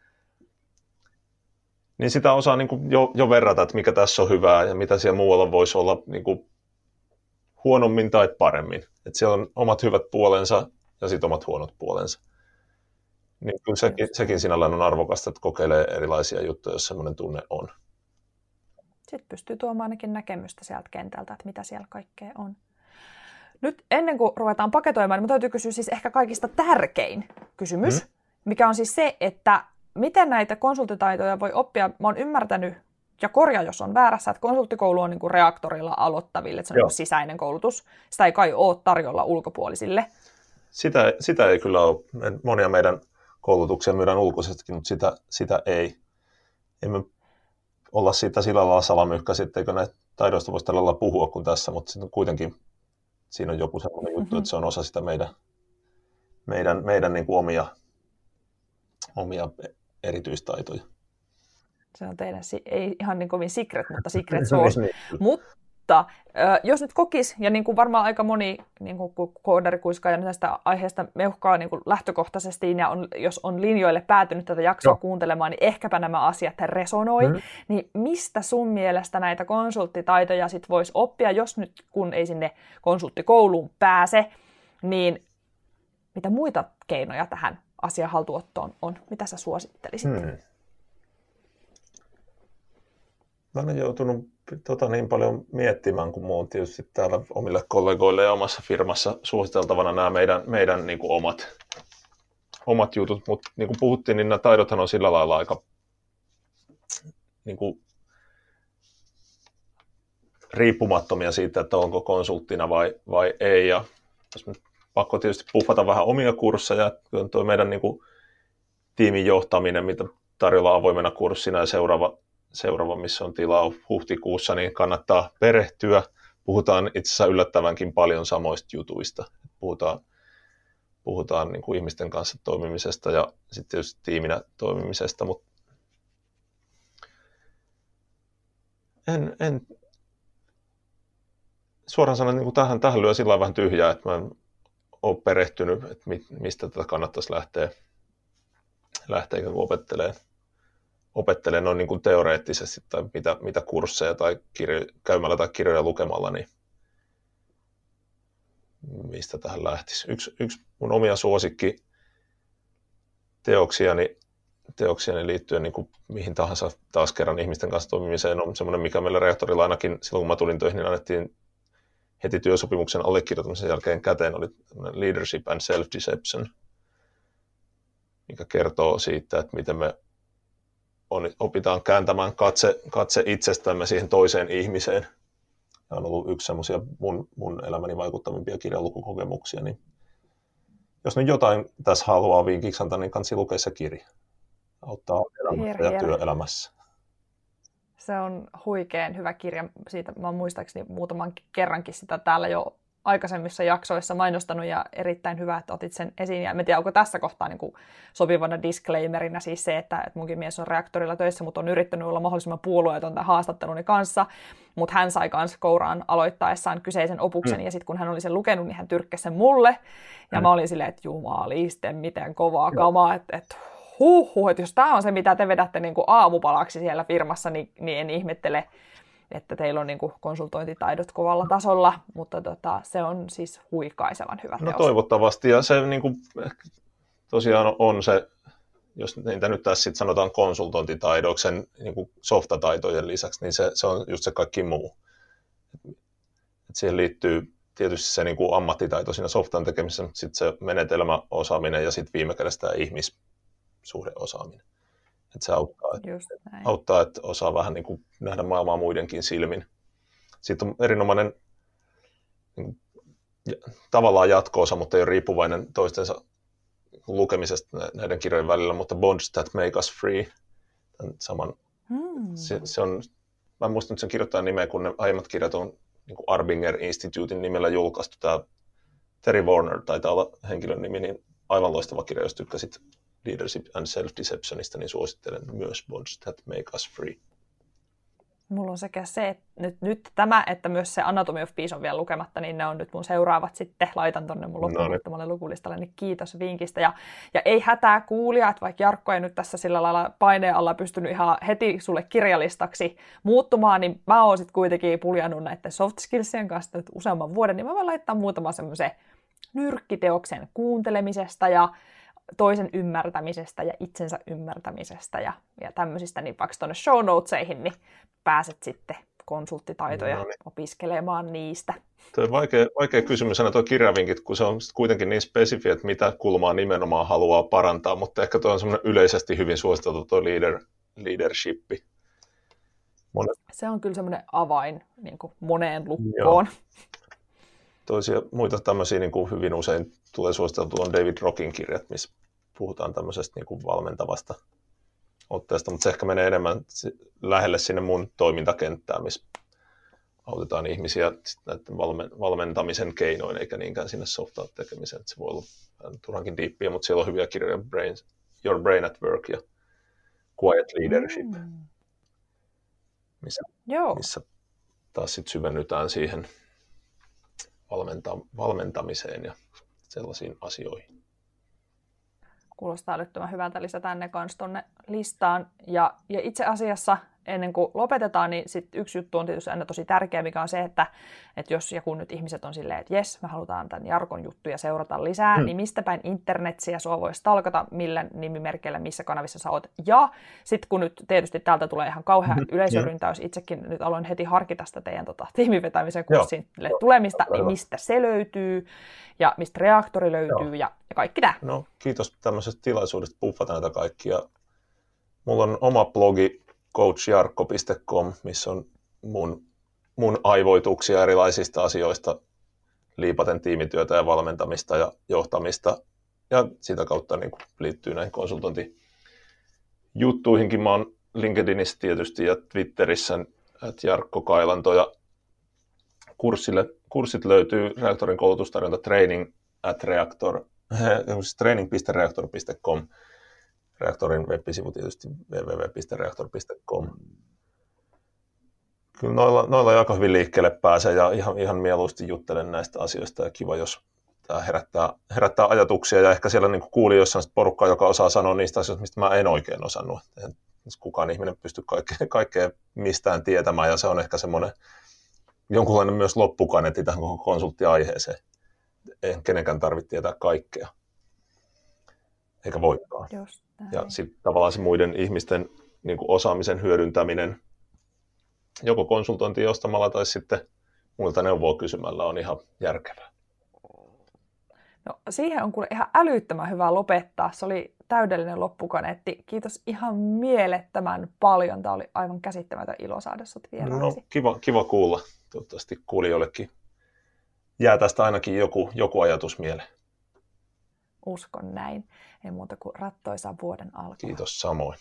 niin sitä osaa niin kuin jo, jo verrata, että mikä tässä on hyvää ja mitä siellä muualla voisi olla niin kuin huonommin tai paremmin. Että siellä on omat hyvät puolensa ja sitten omat huonot puolensa. Niin kyllä sekin, sekin sinällään on arvokasta, että kokeilee erilaisia juttuja, jos sellainen tunne on. Sitten pystyy tuomaan ainakin näkemystä sieltä kentältä, että mitä siellä kaikkea on. Nyt ennen kuin ruvetaan paketoimaan, niin minun täytyy kysyä siis ehkä kaikista tärkein kysymys, hmm? mikä on siis se, että miten näitä konsulttitaitoja voi oppia. Mä oon ymmärtänyt, ja korjaa, jos on väärässä, että konsulttikoulu on niin kuin reaktorilla aloittaville, että se on niin kuin sisäinen koulutus. Sitä ei kai ole tarjolla ulkopuolisille. Sitä, sitä ei kyllä ole. Monia meidän koulutuksia myydään ulkoisestikin, mutta sitä, sitä ei. Emme olla siitä sillä lailla salamyhkäisiä, etteikö näitä taidoista voisi tällä lailla puhua kuin tässä, mutta sitten kuitenkin siinä on joku sellainen juttu, mm-hmm. että se on osa sitä meidän, meidän, meidän niin kuin omia, omia erityistaitoja. Se on teidän, ei ihan niin kovin secret, mutta secret sauce. Mutta jos nyt kokisi, ja niin kuin varmaan aika moni niin kuin koodarikuiskaaja näistä aiheesta meuhkaa niin kuin lähtökohtaisesti, ja on, jos on linjoille päätynyt tätä jaksoa no. kuuntelemaan, niin ehkäpä nämä asiat resonoi. Mm. Niin mistä sun mielestä näitä konsulttitaitoja sit voisi oppia, jos nyt kun ei sinne konsulttikouluun pääse, niin mitä muita keinoja tähän asian haltuottoon on? Mitä sä suosittelisit? Hmm. Mä olen joutunut tota, niin paljon miettimään, kun minulla on tietysti täällä omille kollegoille ja omassa firmassa suositeltavana nämä meidän, meidän niin kuin omat, omat jutut. Mutta niin kuin puhuttiin, niin nämä taidothan on sillä lailla aika niin kuin, riippumattomia siitä, että onko konsulttina vai, vai ei. Ja pakko tietysti puffata vähän omia kursseja. Tuo meidän niin kuin, tiimin johtaminen, mitä tarjolla avoimena kurssina ja seuraava, seuraava, missä on tilaa huhtikuussa, niin kannattaa perehtyä. Puhutaan itse asiassa yllättävänkin paljon samoista jutuista. Puhutaan, puhutaan niin kuin ihmisten kanssa toimimisesta ja sitten tietysti tiiminä toimimisesta, mutta en, en suoraan sanoen niin kuin tähän, tähän lyö sillä vähän tyhjää, että mä en ole perehtynyt, että mistä tätä kannattaisi lähteä, lähteä opettelemaan. opettelen noin niin kuin teoreettisesti tai mitä, mitä kursseja tai kirjo, käymällä tai kirjoja lukemalla, niin mistä tähän lähtisi. Yksi, yksi mun omia suosikki teoksiani, teoksiani liittyen niin kuin mihin tahansa taas kerran ihmisten kanssa toimimiseen on semmoinen, mikä meillä rehtorilla ainakin silloin, kun mä tulin töihin, niin annettiin heti työsopimuksen allekirjoitamisen jälkeen käteen, oli Leadership and Self-Deception, mikä kertoo siitä, että miten me opitaan kääntämään katse, katse itsestämme siihen toiseen ihmiseen. Ja on ollut yksi semmoisia mun, mun elämäni vaikuttavimpia kirjanlukukokemuksia. Niin jos nyt jotain tässä haluaa vinkiksi antaa, niin kansi lukea se kirja. Auttaa elämässä ja työelämässä. Se on huikean hyvä kirja. Siitä mä muistaakseni muutaman kerrankin sitä täällä jo aikaisemmissa jaksoissa mainostanut ja erittäin hyvä, että otit sen esiin. Ja en tiedä, onko tässä kohtaa niin kuin sopivana disclaimerina siis se, että, että munkin mies on reaktorilla töissä, mutta on yrittänyt olla mahdollisimman puolueeton tämän haastatteluni kanssa. Mutta hän sai myös kouraan aloittaessaan kyseisen opuksen, mm. ja sitten kun hän oli sen lukenut, niin hän tyrkkäsi sen mulle. Ja mm. mä olin silleen, että jumaliste, miten kovaa kamaa, että et, huh, huh, että jos tämä on se, mitä te vedätte niin kuin aamupalaksi siellä firmassa, niin, niin en ihmettele, että teillä on niin kuin konsultointitaidot kovalla tasolla, mutta tota, se on siis huikaisevan hyvä teos. No toivottavasti, ja se niin kuin, tosiaan on se, jos niitä nyt tässä sit sanotaan konsultointitaidoksi sen niin kuin softataitojen lisäksi, niin se, se on just se kaikki muu. Et siihen liittyy tietysti se niin kuin ammattitaito siinä softan tekemisessä, mutta sitten se menetelmäosaaminen ja sitten viime kädessä tämä ihmissuhdeosaaminen. Että se auttaa, että, auttaa, että osaa vähän niin kuin nähdä maailmaa muidenkin silmin. Sitten on erinomainen niin kuin, tavallaan jatko-osa, mutta ei ole riippuvainen toistensa lukemisesta näiden kirjojen välillä, mutta Bonds That Make Us Free. Saman, hmm. se, se on, mä en muista nyt sen kirjoittajan nimeä, kun ne aiemmat kirjat on niin kuin Arbinger Institutein nimellä julkaistu. Tämä Terry Warner taitaa olla henkilön nimi, niin aivan loistava kirja, jos tykkäsit Leadership and Self-Deceptionista, niin suosittelen myös Bonds That Make Us Free. Mulla on sekä se, että nyt, nyt tämä, että myös se Anatomy of Peace on vielä lukematta, niin ne on nyt mun seuraavat sitten. Laitan tonne mun loppuviittamalle lukulistalle, niin kiitos vinkistä. Ja, ja ei hätää kuulijat, vaikka Jarkko ei nyt tässä sillä lailla paineen alla pystynyt ihan heti sulle kirjalistaksi muuttumaan, niin mä oon sitten kuitenkin puljannut näiden soft skillsien kanssa nyt useamman vuoden, niin mä voin laittaa muutaman semmoisen nyrkkiteoksen kuuntelemisesta ja toisen ymmärtämisestä ja itsensä ymmärtämisestä ja, ja tämmöisistä, niin vaikka tuonne show notesihin, niin pääset sitten konsulttitaitoja no niin. opiskelemaan niistä. Tuo on vaikea, vaikea kysymys aina tuo kirjavinkit, kun se on kuitenkin niin spesifi, että mitä kulmaa nimenomaan haluaa parantaa, mutta ehkä tuo on semmoinen yleisesti hyvin suositeltu tuo leader, leadership. Monet... Se on kyllä semmoinen avain niin kuin moneen lukkoon. Joo. Toisia muita tämmöisiä niin kuin hyvin usein tulee suositeltua on David Rockin kirjat, missä puhutaan tämmöisestä niin kuin valmentavasta otteesta, mutta se ehkä menee enemmän lähelle sinne mun toimintakenttään, missä autetaan ihmisiä näiden valmentamisen keinoin, eikä niinkään sinne softaan tekemiseen. Että se voi olla turhankin diippiä, mutta siellä on hyviä kirjoja, Brain, Your Brain at Work ja Quiet Leadership, mm. missä, missä taas sit syvennytään siihen Valmenta- valmentamiseen ja sellaisiin asioihin. Kuulostaa älyttömän hyvältä, lisätään ne kanssa tuonne listaan. Ja, ja itse asiassa ennen kuin lopetetaan, niin sit yksi juttu on tietysti aina tosi tärkeä, mikä on se, että, että jos ja kun nyt ihmiset on silleen, että jes, me halutaan tämän Jarkon juttuja seurata lisää, hmm. niin mistä päin internetsiä sua voisi talkata, millä nimimerkeillä, missä kanavissa sä oot. Ja sitten kun nyt tietysti täältä tulee ihan kauhea hmm. yleisöryntäys, itsekin nyt aloin heti harkita sitä teidän tota, tiimivetämisen kurssin tulemista, niin mistä se löytyy ja mistä reaktori löytyy Joo. ja, ja kaikki tämä. No kiitos tämmöisestä tilaisuudesta puffata näitä kaikkia. Mulla on oma blogi coach jarkko piste com, missä on mun mun aivoituksia erilaisista asioista, liipaten tiimityötä ja valmentamista ja johtamista. Ja sitä kautta niin kuin liittyy näihin konsultointijuttuihinkin. Mä oon LinkedInissä tietysti ja Twitterissä, että Jarkko Kailanto, ja kurssille, kurssit löytyy Reaktorin koulutustarjonta training at reaktor, training piste reaktor piste com. Reaktorin web-sivu tietysti double-u double-u double-u piste reaktor piste com. Kyllä noilla, noilla aika hyvin liikkeelle pääsee ja ihan, ihan mieluusti juttelen näistä asioista ja kiva, jos tämä herättää, herättää ajatuksia ja ehkä siellä niin kuulijoissa on porukkaa, joka osaa sanoa niistä asioista, mistä mä en oikein osannut. En kukaan ihminen pysty kaikkea, kaikkea mistään tietämään ja se on ehkä semmoinen jonkunlainen myös loppukaneetti tähän koko konsulttiaiheeseen. Ei kenenkään tarvitse tietää kaikkea, eikä voikaan. Ja sitten tavallaan se muiden ihmisten niin kuin osaamisen hyödyntäminen joko konsultointi ostamalla tai sitten muilta neuvoa kysymällä on ihan järkevää. No, siihen on kuule ihan älyttömän hyvä lopettaa. Se oli täydellinen loppukaneetti. Kiitos ihan mielettömän paljon. Tämä oli aivan käsittämätön ilo saada sut vieraaksi. No, kiva, kiva kuulla. Toivottavasti kuulijoillekin jää tästä ainakin joku, joku ajatus mieleen. Uskon näin. Ei muuta kuin rattoisaa vuoden alkua. Kiitos samoin.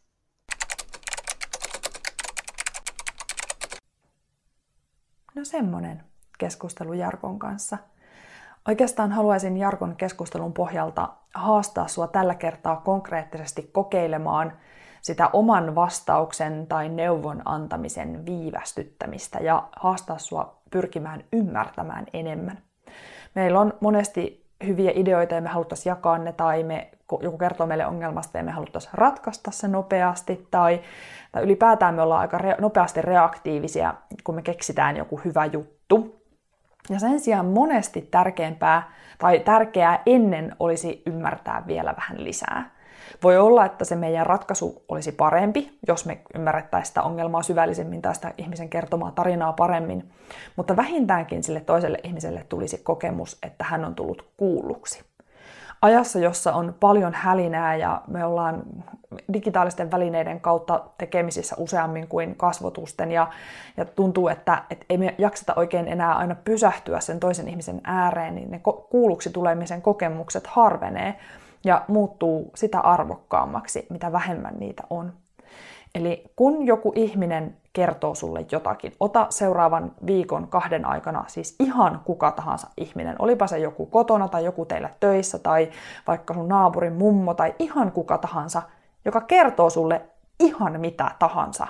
No semmoinen keskustelu Jarkon kanssa. Oikeastaan haluaisin Jarkon keskustelun pohjalta haastaa sua tällä kertaa konkreettisesti kokeilemaan sitä oman vastauksen tai neuvon antamisen viivästyttämistä ja haastaa sua pyrkimään ymmärtämään enemmän. Meillä on monesti hyviä ideoita ja me haluttaisiin jakaa ne tai me, joku kertoo meille ongelmasta ja me haluttaisiin ratkaista se nopeasti tai, tai ylipäätään me ollaan aika re, nopeasti reaktiivisia, kun me keksitään joku hyvä juttu. Ja sen sijaan monesti tärkeämpää tai tärkeää ennen olisi ymmärtää vielä vähän lisää. Voi olla, että se meidän ratkaisu olisi parempi, jos me ymmärrettäisiin sitä ongelmaa syvällisemmin tai sitä ihmisen kertomaa tarinaa paremmin, mutta vähintäänkin sille toiselle ihmiselle tulisi kokemus, että hän on tullut kuulluksi. Ajassa, jossa on paljon hälinää ja me ollaan digitaalisten välineiden kautta tekemisissä useammin kuin kasvotusten ja, ja tuntuu, että et ei me jakseta oikein enää aina pysähtyä sen toisen ihmisen ääreen, niin ne kuulluksi tulemisen kokemukset harvenee ja muuttuu sitä arvokkaammaksi, mitä vähemmän niitä on. Eli kun joku ihminen kertoo sulle jotakin, ota seuraavan viikon kahden aikana siis ihan kuka tahansa ihminen, olipa se joku kotona tai joku teillä töissä tai vaikka sun naapurin mummo tai ihan kuka tahansa, joka kertoo sulle ihan mitä tahansa,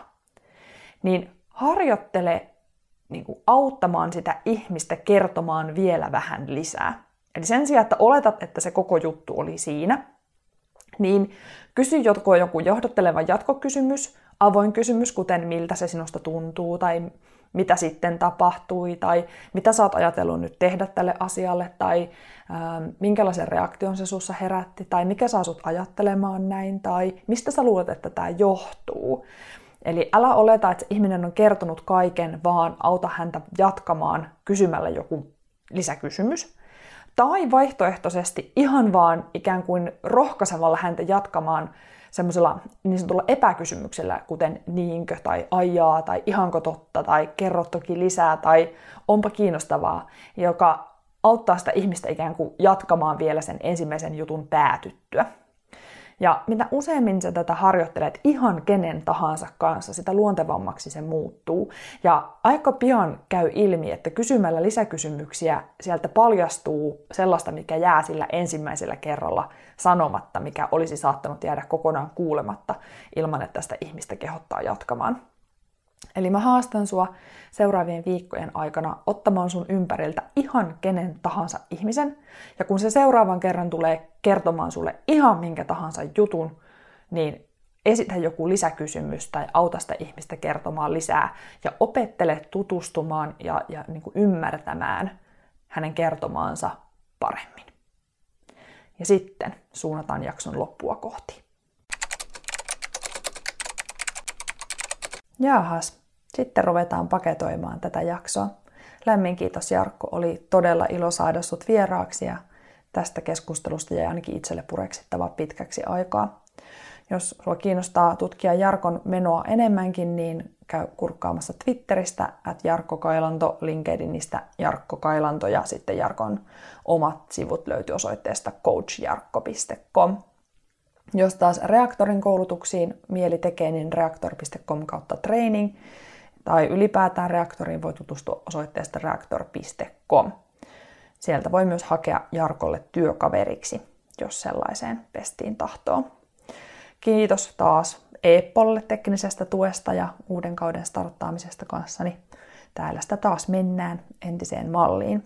niin harjoittele niin kuin auttamaan sitä ihmistä kertomaan vielä vähän lisää. Eli sen sijaan, että oletat, että se koko juttu oli siinä, niin kysy joko joku johdatteleva jatkokysymys, avoin kysymys, kuten miltä se sinusta tuntuu, tai mitä sitten tapahtui, tai mitä sä oot ajatellut nyt tehdä tälle asialle, tai ää, minkälaisen reaktion se sussa herätti, tai mikä saa sut ajattelemaan näin, tai mistä sä luulet, että tämä johtuu. Eli älä oleta, että ihminen on kertonut kaiken, vaan auta häntä jatkamaan kysymällä joku lisäkysymys. Tai vaihtoehtoisesti ihan vaan ikään kuin rohkaisemalla häntä jatkamaan semmoisella niin sanotulla epäkysymyksellä, kuten niinkö tai aijaa tai ihanko totta tai kerro toki lisää tai onpa kiinnostavaa, joka auttaa sitä ihmistä ikään kuin jatkamaan vielä sen ensimmäisen jutun päätyttyä. Ja mitä useimmin sä tätä harjoittelet ihan kenen tahansa kanssa, sitä luontevammaksi se muuttuu. Ja aika pian käy ilmi, että kysymällä lisäkysymyksiä sieltä paljastuu sellaista, mikä jää sillä ensimmäisellä kerralla sanomatta, mikä olisi saattanut jäädä kokonaan kuulematta ilman, että sitä ihmistä kehottaa jatkamaan. Eli mä haastan sua seuraavien viikkojen aikana ottamaan sun ympäriltä ihan kenen tahansa ihmisen. Ja kun se seuraavan kerran tulee kertomaan sulle ihan minkä tahansa jutun, niin esitä joku lisäkysymys tai auta sitä ihmistä kertomaan lisää. Ja opettele tutustumaan ja, ja niin kuin ymmärtämään hänen kertomaansa paremmin. Ja sitten suunnataan jakson loppua kohti. Jaahas, sitten ruvetaan paketoimaan tätä jaksoa. Lämmin kiitos Jarkko, oli todella ilo saada sut vieraaksi ja tästä keskustelusta jäi ainakin itselle pureksittava pitkäksi aikaa. Jos sua kiinnostaa tutkia Jarkon menoa enemmänkin, niin käy kurkkaamassa Twitteristä at Jarkko Kailanto, LinkedInistä Jarkko Kailanto ja sitten Jarkon omat sivut löytyy osoitteesta coach jarkko piste com. Jos taas Reaktorin koulutuksiin mieli tekee, niin reaktor piste com kautta training tai ylipäätään Reaktoriin voi tutustua osoitteesta reaktor piste com. Sieltä voi myös hakea Jarkolle työkaveriksi, jos sellaiseen pestiin tahtoo. Kiitos taas Eeppolle teknisestä tuesta ja uuden kauden starttaamisesta kanssani. Täällä sitä taas mennään entiseen malliin.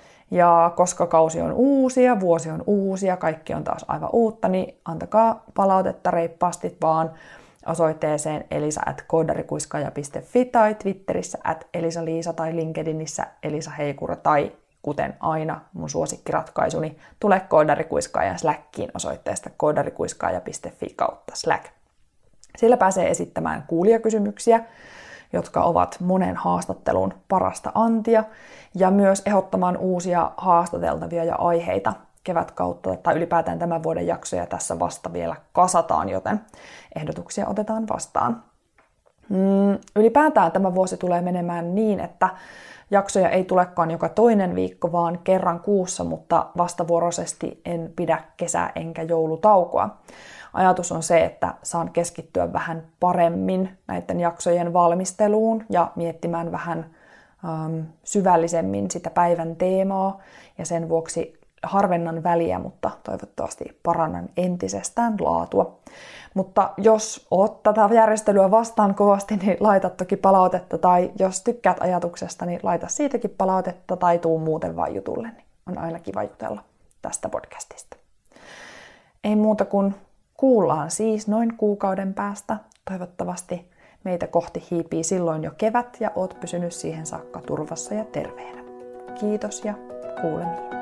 Ja koska kausi on uusi ja vuosi on uusi ja kaikki on taas aivan uutta, niin antakaa palautetta reippaasti vaan osoitteeseen elisa at koodarikuiskaaja piste fi tai Twitterissä at elisaliisa tai LinkedInissä Elisa Heikura tai kuten aina mun suosikkiratkaisuni, tule Koodarikuiskaajan Slackiin osoitteesta koodarikuiskaaja piste fi kautta Slack. Siellä pääsee esittämään kuulijakysymyksiä, jotka ovat monen haastattelun parasta antia, ja myös ehdottamaan uusia haastateltavia ja aiheita kevätkautta tai ylipäätään tämän vuoden jaksoja tässä vasta vielä kasataan, joten ehdotuksia otetaan vastaan. Mm, ylipäätään tämä vuosi tulee menemään niin, että jaksoja ei tulekaan joka toinen viikko, vaan kerran kuussa, mutta vastavuoroisesti en pidä kesä- enkä joulutaukoa. Ajatus on se, että saan keskittyä vähän paremmin näiden jaksojen valmisteluun ja miettimään vähän ähm, syvällisemmin sitä päivän teemaa, ja sen vuoksi harvennan väliä, mutta toivottavasti parannan entisestään laatua. Mutta jos oot tätä järjestelyä vastaan kovasti, niin laita toki palautetta, tai jos tykkäät ajatuksesta, niin laita siitäkin palautetta tai tuu muuten vaan jutulle, niin on aina kiva jutella tästä podcastista. Ei muuta kuin kuullaan siis noin kuukauden päästä. Toivottavasti meitä kohti hiipii silloin jo kevät ja oot pysynyt siihen saakka turvassa ja terveenä. Kiitos ja kuulemiin.